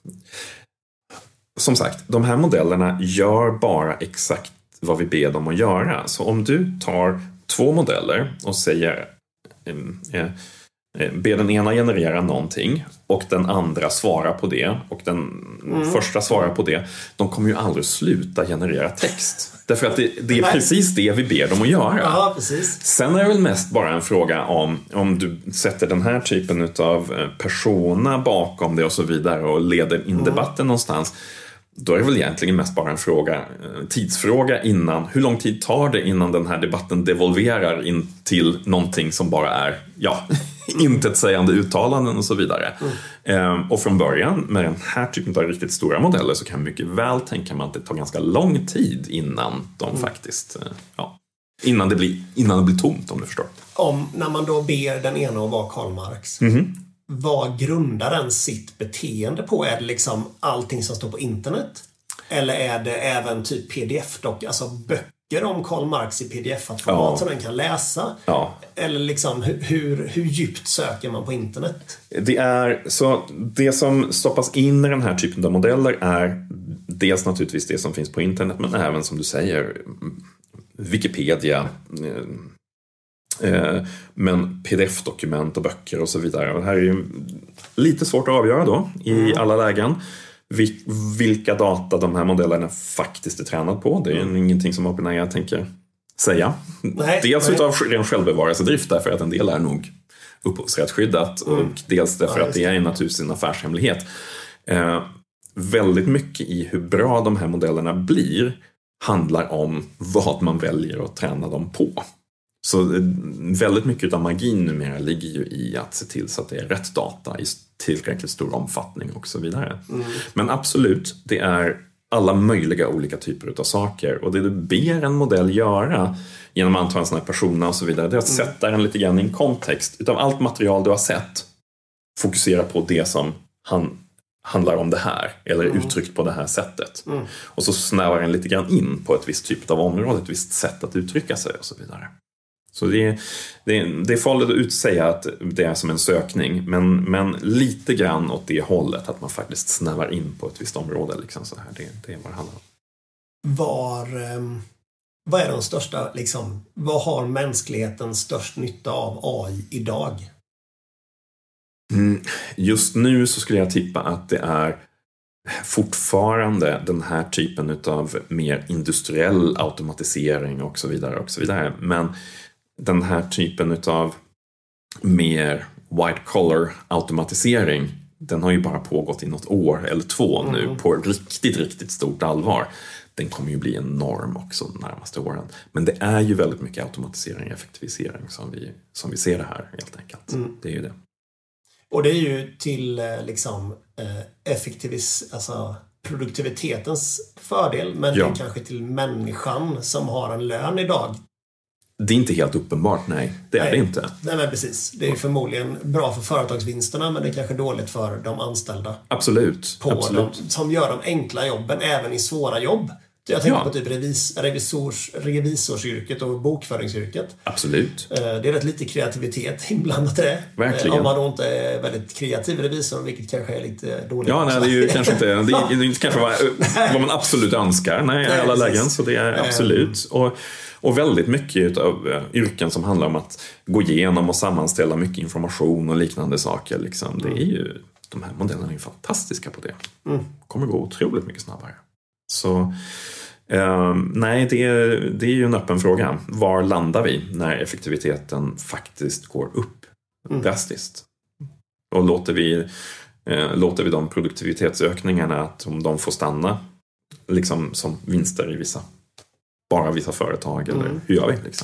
Speaker 3: som sagt, de här modellerna gör bara exakt vad vi ber dem att göra. Så om du tar två modeller och säger... Eh, eh, ber den ena generera någonting och den andra svarar på det och den mm. första svarar på det, de kommer ju aldrig sluta generera text. Därför att det, det är Nej. precis det vi ber dem att göra.
Speaker 1: Ja, precis.
Speaker 3: Sen är det väl mest bara en fråga om om du sätter den här typen av persona bakom det och så vidare och leder in mm. debatten någonstans. Då är det väl egentligen mest bara en fråga, tidsfråga innan, hur lång tid tar det innan den här debatten devolverar in till någonting som bara är, ja, intetsägande uttalanden och så vidare. Mm. Ehm, och från början med den här typen av riktigt stora modeller så kan jag mycket väl tänka mig att det tar ganska lång tid innan de mm. faktiskt, ja, innan det blir, innan det blir tomt, om du förstår.
Speaker 1: Om, när man då ber den ena att vara Karl Marx,
Speaker 3: mm.
Speaker 1: vad grundar den sitt beteende på? Är det liksom allting som står på internet? Eller är det även typ P D F-dock, alltså böcker om Karl Marx i P D F-format ja. som den kan läsa?
Speaker 3: Ja.
Speaker 1: Eller liksom hur, hur, hur djupt söker man på internet?
Speaker 3: Det är så det som stoppas in i den här typen av modeller är dels naturligtvis det som finns på internet, men även som du säger Wikipedia, eh, men P D F-dokument och böcker och så vidare. Och det här är ju lite svårt att avgöra då i mm. alla lägen. Vilka data de här modellerna faktiskt är tränad på. Det är mm. ingenting som OpenAI tänker säga.
Speaker 1: Nej,
Speaker 3: dels
Speaker 1: nej.
Speaker 3: utav ren självbevarelsedrift därför att en del är nog upphovsrättsskyddat mm. och dels därför ja, att det är naturligtvis en affärshemlighet. Eh, väldigt mycket i hur bra de här modellerna blir handlar om vad man väljer att träna dem på. Så väldigt mycket av magin numera ligger ju i att se till så att det är rätt data i tillräckligt stor omfattning och så vidare. Mm. Men absolut, det är alla möjliga olika typer av saker. Och det du ber en modell göra genom att anta en sån här persona och så vidare, det är att mm. sätta den lite grann i en kontext. Utav allt material du har sett, fokusera på det som han handlar om det här eller är mm. uttryckt på det här sättet. Mm. Och så snävar den lite grann in på ett visst typ av område, ett visst sätt att uttrycka sig och så vidare. Så det är, det är, det är farligt att utsäga att det är som en sökning, men, men lite grann åt det hållet att man faktiskt snävar in på ett visst område. Liksom så här. Det, det är vad det handlar om.
Speaker 1: Var, vad är de största, liksom, vad har mänskligheten störst nytta av A I idag?
Speaker 3: Mm, just nu så skulle jag tippa att det är fortfarande den här typen av mer industriell automatisering och så vidare och så vidare. Men den här typen av mer white collar automatisering, den har ju bara pågått i något år eller två nu mm. på riktigt, riktigt stort allvar. Den kommer ju bli en norm också de närmaste åren. Men det är ju väldigt mycket automatisering och effektivisering som vi, som vi ser det här helt enkelt. Mm. Det är ju det.
Speaker 1: Och det är ju till liksom effektivis, alltså produktivitetens fördel, men ja. det är kanske till människan som har en lön idag
Speaker 3: Det är inte helt uppenbart, nej. Det är
Speaker 1: nej,
Speaker 3: det inte.
Speaker 1: Nej, men precis. Det är förmodligen bra för företagsvinsterna, men det är kanske dåligt för de anställda.
Speaker 3: Absolut.
Speaker 1: På
Speaker 3: absolut.
Speaker 1: De, som gör de enkla jobben, även i svåra jobb. Jag tänker
Speaker 3: ja.
Speaker 1: på typ revis, revisors, revisorsyrket och bokföringsyrket.
Speaker 3: Absolut.
Speaker 1: Det är rätt lite kreativitet inblandat i det.
Speaker 3: Verkligen.
Speaker 1: Om man då inte är väldigt kreativ revisor, vilket kanske är lite dåligt.
Speaker 3: Ja, nej, det är ju kanske inte, det är, det är inte kanske vad, vad man absolut önskar nej, i alla precis. lägen. Så det är absolut. Och, och väldigt mycket av yrken som handlar om att gå igenom och sammanställa mycket information och liknande saker. Liksom. Det är ju, de här modellerna är ju fantastiska på det.
Speaker 1: Mm.
Speaker 3: Kommer gå otroligt mycket snabbare. Så eh, nej, det är, det är ju en öppen fråga. Var landar vi när effektiviteten faktiskt går upp mm. drastiskt? Och låter vi, eh, låter vi de produktivitetsökningarna att om de får stanna liksom som vinster i vissa, bara vissa företag eller mm. hur gör vi liksom?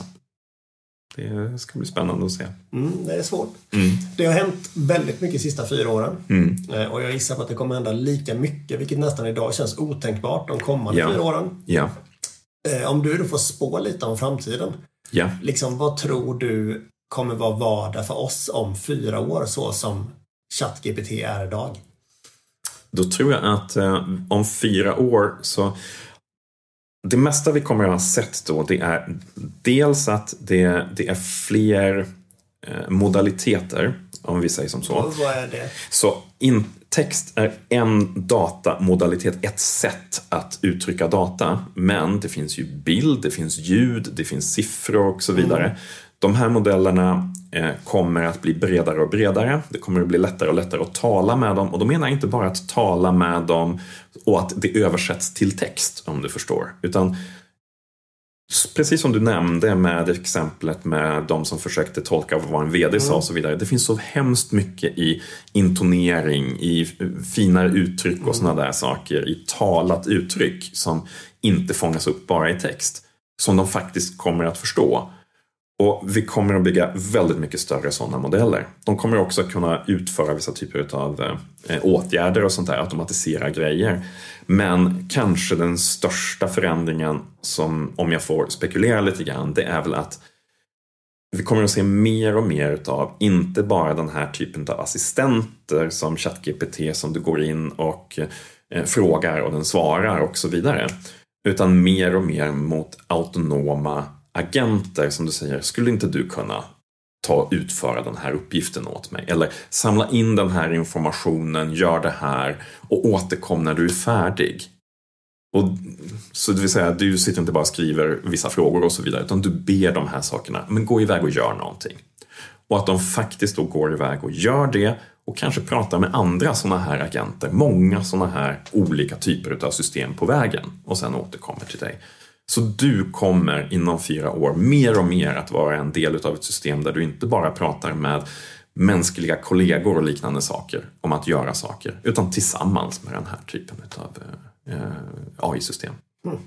Speaker 3: Det ska bli spännande att se.
Speaker 1: Mm, det är svårt.
Speaker 3: Mm.
Speaker 1: Det har hänt väldigt mycket de sista fyra åren.
Speaker 3: Mm.
Speaker 1: Och jag gissar på att det kommer hända lika mycket, vilket nästan idag känns otänkbart de kommande
Speaker 3: ja.
Speaker 1: fyra åren.
Speaker 3: Ja.
Speaker 1: Om du då får spå lite om framtiden.
Speaker 3: Ja.
Speaker 1: Liksom, vad tror du kommer vara vardag för oss om fyra år så som ChatGPT är idag?
Speaker 3: Då tror jag att eh, om fyra år så det mesta vi kommer att ha sett då, det är dels att det, det är fler eh, modaliteter, om vi säger som så.
Speaker 1: Och vad är det?
Speaker 3: Så in, text är en datamodalitet, ett sätt att uttrycka data. Men det finns ju bild, det finns ljud, det finns siffror och så vidare. Mm. De här modellerna eh, kommer att bli bredare och bredare. Det kommer att bli lättare och lättare att tala med dem. Och då menar jag inte bara att tala med dem och att det översätts till text, om du förstår. Utan precis som du nämnde med exemplet med de som försökte tolka vad en vd sa och så vidare. Det finns så hemskt mycket i intonering, i finare uttryck och mm. sådana där saker. I talat uttryck som inte fångas upp bara i text. Som de faktiskt kommer att förstå. Och vi kommer att bygga väldigt mycket större sådana modeller. De kommer också kunna utföra vissa typer av eh, åtgärder och sånt där, automatisera grejer. Men kanske den största förändringen som, om jag får spekulera lite grann, det är väl att vi kommer att se mer och mer av inte bara den här typen av assistenter som ChatGPT som du går in och eh, frågar och den svarar och så vidare. Utan mer och mer mot autonoma agenter som du säger, skulle inte du kunna ta och utföra den här uppgiften åt mig? Eller samla in den här informationen, gör det här och återkom när du är färdig. Och, så det vill säga, du sitter inte bara och skriver vissa frågor och så vidare, utan du ber de här sakerna, men gå iväg och gör någonting. Och att de faktiskt då går iväg och gör det och kanske pratar med andra sådana här agenter, många sådana här olika typer av system på vägen och sen återkommer till dig. Så du kommer inom fyra år mer och mer att vara en del av ett system där du inte bara pratar med mänskliga kollegor och liknande saker om att göra saker, utan tillsammans med den här typen av eh, A I-system. Mm.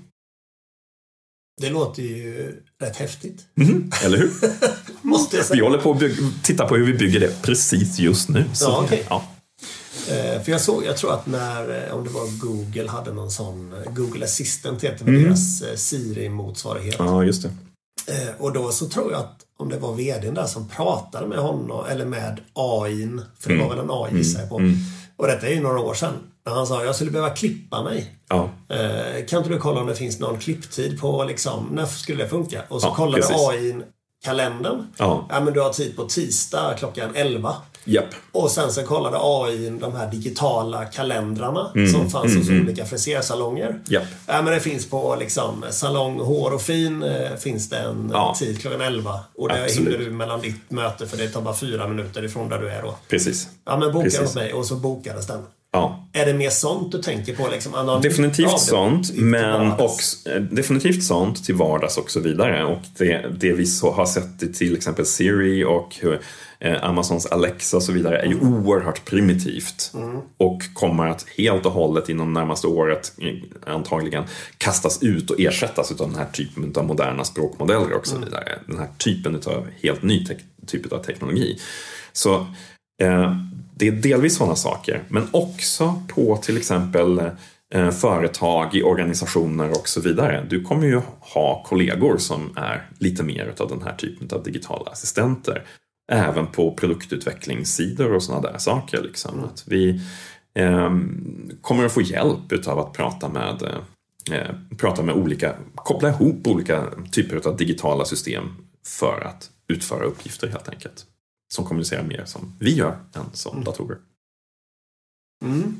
Speaker 1: Det låter ju rätt häftigt.
Speaker 3: Mm, eller hur?
Speaker 1: Måste jag säga.
Speaker 3: Vi håller på att bygga, titta på hur vi bygger det precis just nu. Så,
Speaker 1: ja, okay.
Speaker 3: ja.
Speaker 1: Eh, för jag såg, jag tror att när, om det var Google hade någon sån, Google Assistant heter det,
Speaker 3: mm.
Speaker 1: deras eh, Siri-motsvarighet.
Speaker 3: Ja, just det.
Speaker 1: Eh, och då så tror jag att om det var vdn där som pratade med honom, eller med A I:n, för det
Speaker 3: mm.
Speaker 1: var väl en A I gissar jag på.
Speaker 3: Mm.
Speaker 1: Och detta är ju några år sedan. När han sa, jag skulle behöva klippa mig.
Speaker 3: Ja.
Speaker 1: Eh, kan inte du kolla om det finns någon klipptid på liksom, när skulle det funka? Och så
Speaker 3: ja,
Speaker 1: kollade
Speaker 3: precis.
Speaker 1: A I:n kalendern.
Speaker 3: Ja.
Speaker 1: Ja, men du har tid på tisdag klockan elva.
Speaker 3: Japp.
Speaker 1: Och sen så kollade A I de här digitala kalendrarna mm. som fanns
Speaker 3: mm.
Speaker 1: hos
Speaker 3: mm.
Speaker 1: olika frisersalonger.
Speaker 3: Japp.
Speaker 1: Ja, men det finns på liksom salong Hår och Fin eh, finns det en
Speaker 3: ja.
Speaker 1: tid klockan elva. Och det hinner du mellan ditt möte för det tar bara fyra minuter ifrån där du är då.
Speaker 3: Precis.
Speaker 1: Ja, men boka
Speaker 3: Precis.
Speaker 1: hos mig och så bokades den.
Speaker 3: Ja.
Speaker 1: Är det mer sånt du tänker på? Liksom,
Speaker 3: definitivt sånt, men
Speaker 1: vardags.
Speaker 3: och, definitivt sånt till vardags och så vidare. Och det, det vi så har sett till exempel Siri och eh, Amazons Alexa och så vidare är ju mm. oerhört primitivt. Mm. Och kommer att helt och hållet inom närmaste året antagligen kastas ut och ersättas av den här typen av moderna språkmodeller och så mm. vidare. Den här typen av helt ny te- typ av teknologi. Så eh, det är delvis sådana saker, men också på till exempel eh, företag, i organisationer och så vidare. Du kommer ju ha kollegor som är lite mer av den här typen av digitala assistenter. Även på produktutvecklingssidor och sådana där saker. Liksom. Mm. Att vi eh, kommer att få hjälp av att prata med, eh, prata med olika, koppla ihop olika typer av digitala system för att utföra uppgifter helt enkelt. Som kommunicerar mer som vi gör än som mm. datorer.
Speaker 1: Mm.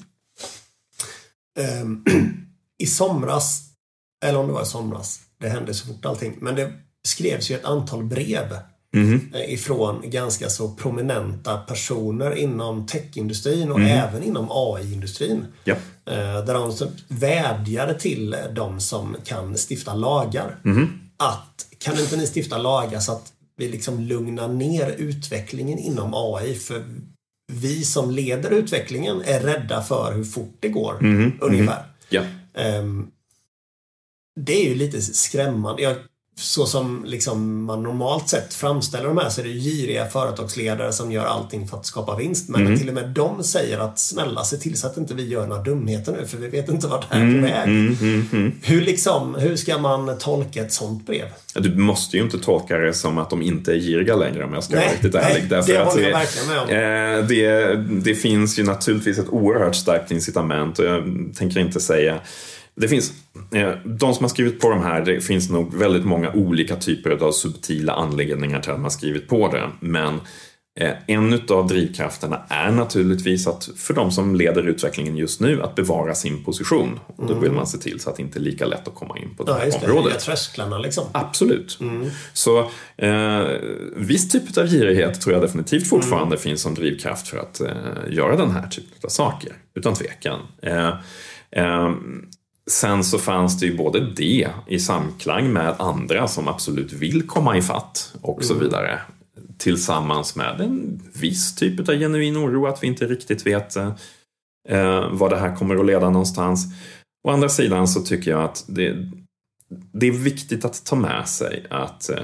Speaker 1: Um, I somras, eller om det var i somras, det hände så fort allting, men det skrevs ju ett antal brev mm. ifrån ganska så prominenta personer inom techindustrin och mm. även inom A I-industrin.
Speaker 3: Ja.
Speaker 1: Där de vädjade till de som kan stifta lagar
Speaker 3: mm.
Speaker 1: att kan inte ni stifta lagar så att vi liksom lugnar ner utvecklingen inom A I, för vi som leder utvecklingen är rädda för hur fort det går
Speaker 3: mm.
Speaker 1: ungefär.
Speaker 3: Ja.
Speaker 1: Um, det är ju lite skrämmande. Jag, så som liksom man normalt sett framställer de här, så är det giriga företagsledare som gör allting för att skapa vinst. Men mm. till och med de säger att snälla, se till så att inte vi gör några dumheter nu, för vi vet inte vart det här är på väg.
Speaker 3: Mm, mm, mm.
Speaker 1: Hur, liksom, hur ska man tolka ett sånt brev?
Speaker 3: Du måste ju inte tolka det som att de inte är giriga längre, om jag ska nej, vara riktigt ärlig.
Speaker 1: Därför det håller jag verkligen med om.
Speaker 3: Eh, det, det finns ju naturligtvis ett oerhört starkt incitament, och jag tänker inte säga. Det finns, de som har skrivit på de här, det finns nog väldigt många olika typer av subtila anledningar till att man har skrivit på det. Men en av drivkrafterna är naturligtvis att för de som leder utvecklingen just nu att bevara sin position. Och då vill man se till så att det inte är lika lätt att komma in på det
Speaker 1: ja,
Speaker 3: här
Speaker 1: just det,
Speaker 3: området.
Speaker 1: Trösklarna liksom.
Speaker 3: Absolut.
Speaker 1: Mm.
Speaker 3: Så eh, viss typ av girighet tror jag definitivt fortfarande mm. finns som drivkraft för att eh, göra den här typen av saker. Utan tvekan. Eh, eh, Sen så fanns det ju både det i samklang med andra som absolut vill komma i fatt och så vidare. Tillsammans med en viss typ av genuin oro att vi inte riktigt vet eh, vad det här kommer att leda någonstans. Å andra sidan så tycker jag att det, det är viktigt att ta med sig att eh,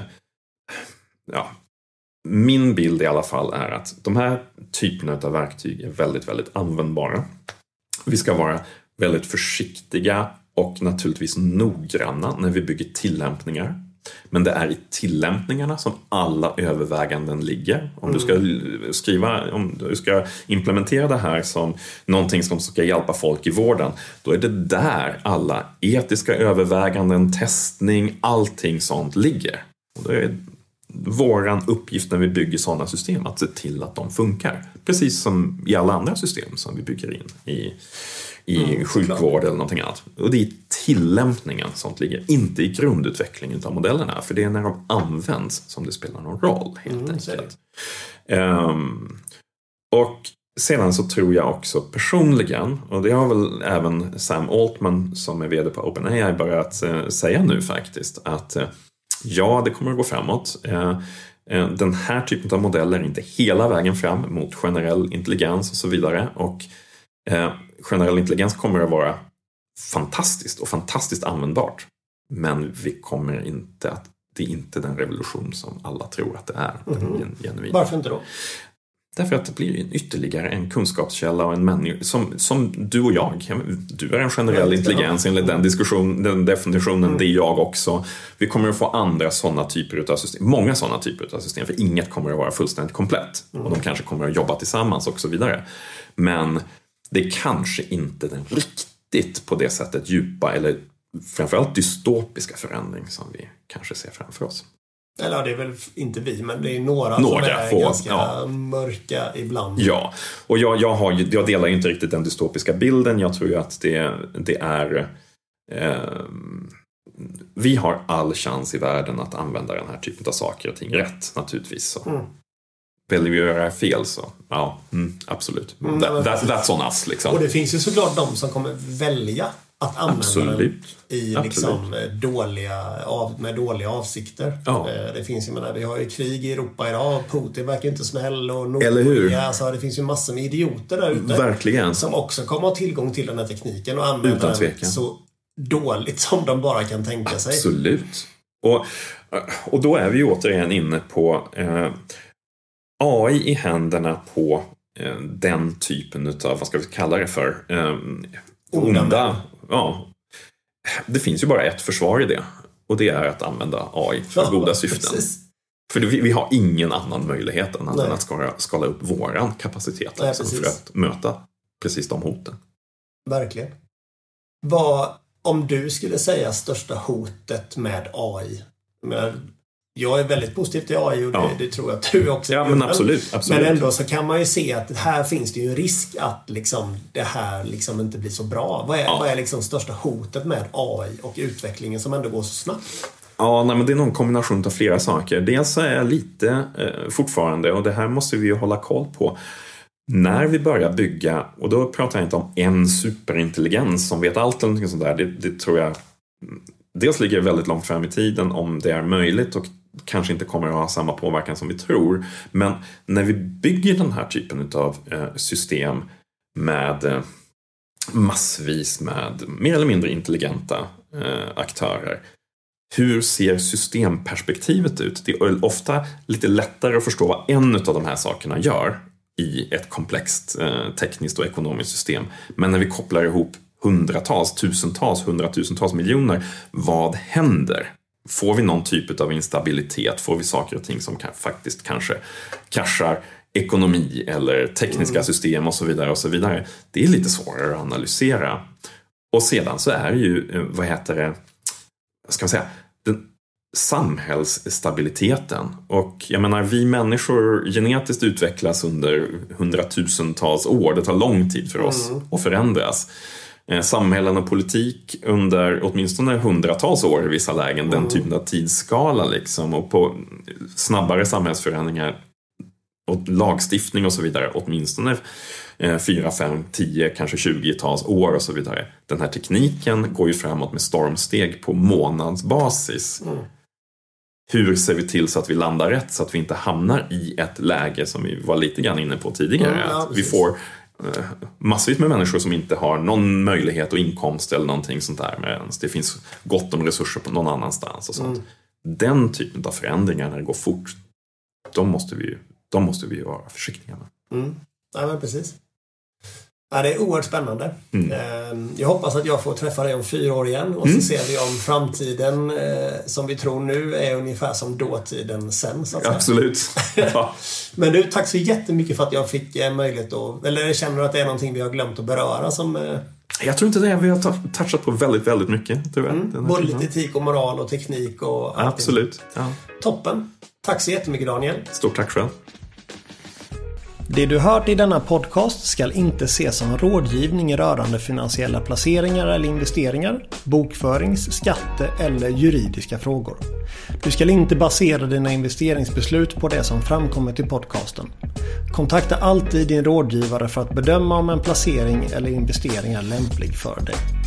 Speaker 3: ja, min bild i alla fall är att de här typerna av verktyg är väldigt, väldigt användbara. Vi ska vara väldigt försiktiga och naturligtvis noggranna när vi bygger tillämpningar. Men det är i tillämpningarna som alla överväganden ligger. Om du ska skriva, om du ska implementera det här som någonting som ska hjälpa folk i vården, då är det där alla etiska överväganden, testning, allting sånt ligger. Och det är våran uppgift när vi bygger sådana system att se till att de funkar. Precis som i alla andra system som vi bygger in i i mm, sjukvård klart. Eller någonting annat. Och det är tillämpningen sånt ligger, inte i grundutvecklingen av modellerna, för det är när de används som det spelar någon roll helt mm, enkelt. Um, och sedan så tror jag också personligen, och det har väl även Sam Altman som är vd på OpenAI börjat uh, säga nu faktiskt, att uh, ja, det kommer att gå framåt. Uh, uh, den här typen av modeller är inte hela vägen fram mot generell intelligens och så vidare, och uh, generell intelligens kommer att vara fantastiskt och fantastiskt användbart. Men vi kommer inte att, det är inte den revolution som alla tror att det är.
Speaker 1: Mm. Genuin. Varför inte då?
Speaker 3: Därför att det blir ytterligare en kunskapskälla och en människa som, som du och jag. Du är en generell intelligens enligt den, diskussion, den definitionen, mm. det är jag också. Vi kommer att få andra sådana typer av system, många sådana typer av system, för inget kommer att vara fullständigt komplett. Mm. Och de kanske kommer att jobba tillsammans och så vidare. Men det är kanske inte den riktigt på det sättet djupa eller framförallt dystopiska förändring som vi kanske ser framför oss.
Speaker 1: Eller det är väl inte vi, men det är några,
Speaker 3: några
Speaker 1: som är
Speaker 3: få,
Speaker 1: ganska
Speaker 3: ja.
Speaker 1: mörka ibland.
Speaker 3: Ja, och jag, jag, har ju, jag delar ju inte riktigt den dystopiska bilden. Jag tror ju att det, det är... Eh, vi har all chans i världen att använda den här typen av saker och ting rätt, naturligtvis. Så. Mm. Väljer vi att göra fel så, ja, mm, absolut. Mm, that, that, that's on us, liksom.
Speaker 1: Och det finns ju såklart de som kommer välja att använda absolut. Den i liksom dåliga, av, med dåliga avsikter.
Speaker 3: Ja.
Speaker 1: Det finns ju, menar, vi har ju krig i Europa idag, Putin verkar inte snäll och Nordkorea.
Speaker 3: Eller hur?
Speaker 1: Alltså, det finns ju massor med idioter där ute.
Speaker 3: Verkligen.
Speaker 1: Som också kommer ha tillgång till den här tekniken och använda den så dåligt som de bara kan tänka sig.
Speaker 3: Absolut. Och, och då är vi ju återigen inne på eh, A I i händerna på eh, den typen av, vad ska vi kalla det för, eh, onda, ja, det finns ju bara ett försvar i det. Och det är att använda A I för ja, goda syften. Precis. För vi, vi har ingen annan möjlighet än att, än att skala, skala upp våran kapacitet Nej, liksom, för att möta precis de hoten.
Speaker 1: Verkligen. Vad, om du skulle säga största hotet med A I? Men jag är väldigt positiv till A I och det, ja. det tror jag att du också är.
Speaker 3: Ja, men absolut, absolut.
Speaker 1: Men ändå så kan man ju se att här finns det ju en risk att liksom det här liksom inte blir så bra. Vad är, ja. vad är liksom största hotet med A I och utvecklingen som ändå går så snabbt?
Speaker 3: Ja, nej, men det är någon kombination av flera saker. Dels är jag lite eh, fortfarande, och det här måste vi ju hålla koll på. När vi börjar bygga, och då pratar jag inte om en superintelligens som vet allt eller något sånt där. Det, det tror jag dels ligger väldigt långt fram i tiden om det är möjligt och kanske inte kommer att ha samma påverkan som vi tror. Men när vi bygger den här typen av eh, system med eh, massvis med mer eller mindre intelligenta eh, aktörer, hur ser systemperspektivet ut? Det är ofta lite lättare att förstå vad en av de här sakerna gör i ett komplext eh, tekniskt och ekonomiskt system. Men när vi kopplar ihop hundratals, tusentals, hundratusentals miljoner, vad händer? Får vi någon typ av instabilitet? Får vi saker och ting som kan, faktiskt kanske kraschar ekonomi eller tekniska mm. system och så vidare och så vidare? Det är lite svårare att analysera. Och sedan så är ju, vad heter det, ska man säga, den samhällsstabiliteten. Och jag menar, vi människor genetiskt utvecklas under hundratusentals år. Det tar lång tid för oss mm. att förändras. Samhällen och politik under åtminstone hundratals år i vissa lägen, mm. den typen av tidsskala liksom, och på snabbare samhällsförändringar och lagstiftning och så vidare, åtminstone fyra, fem, tio, kanske tjugotals år och så vidare. Den här tekniken går ju framåt med stormsteg på månadsbasis. Mm. Hur ser vi till så att vi landar rätt, så att vi inte hamnar i ett läge som vi var lite grann inne på tidigare, mm, ja, att vi får massvis med människor som inte har någon möjlighet och inkomst eller någonting sånt där, medan det finns gott om resurser på någon annanstans och sånt. Mm. Den typen av förändringar när det går fort, de måste vi ju, de måste vi ju vara försiktiga med.
Speaker 1: Mm. Ja, men precis. Ja, det är oerhört spännande. Mm. Jag hoppas att jag får träffa dig om fyra år igen och mm. så ser vi om framtiden som vi tror nu är ungefär som dåtiden sen, så att säga.
Speaker 3: Absolut. Ja.
Speaker 1: Men du, tack så jättemycket för att jag fick möjlighet att, eller känner du att det är någonting vi har glömt att beröra som...
Speaker 3: Jag tror inte det. Vi har touchat på väldigt, väldigt mycket.
Speaker 1: Mm. Både lite etik och moral och teknik och allting.
Speaker 3: Absolut. Ja.
Speaker 1: Toppen. Tack så jättemycket, Daniel.
Speaker 3: Stort tack själv.
Speaker 1: Det du hört i denna podcast ska inte ses som rådgivning rörande finansiella placeringar eller investeringar, bokförings-, skatte- eller juridiska frågor. Du ska inte basera dina investeringsbeslut på det som framkommit i podcasten. Kontakta alltid din rådgivare för att bedöma om en placering eller investering är lämplig för dig.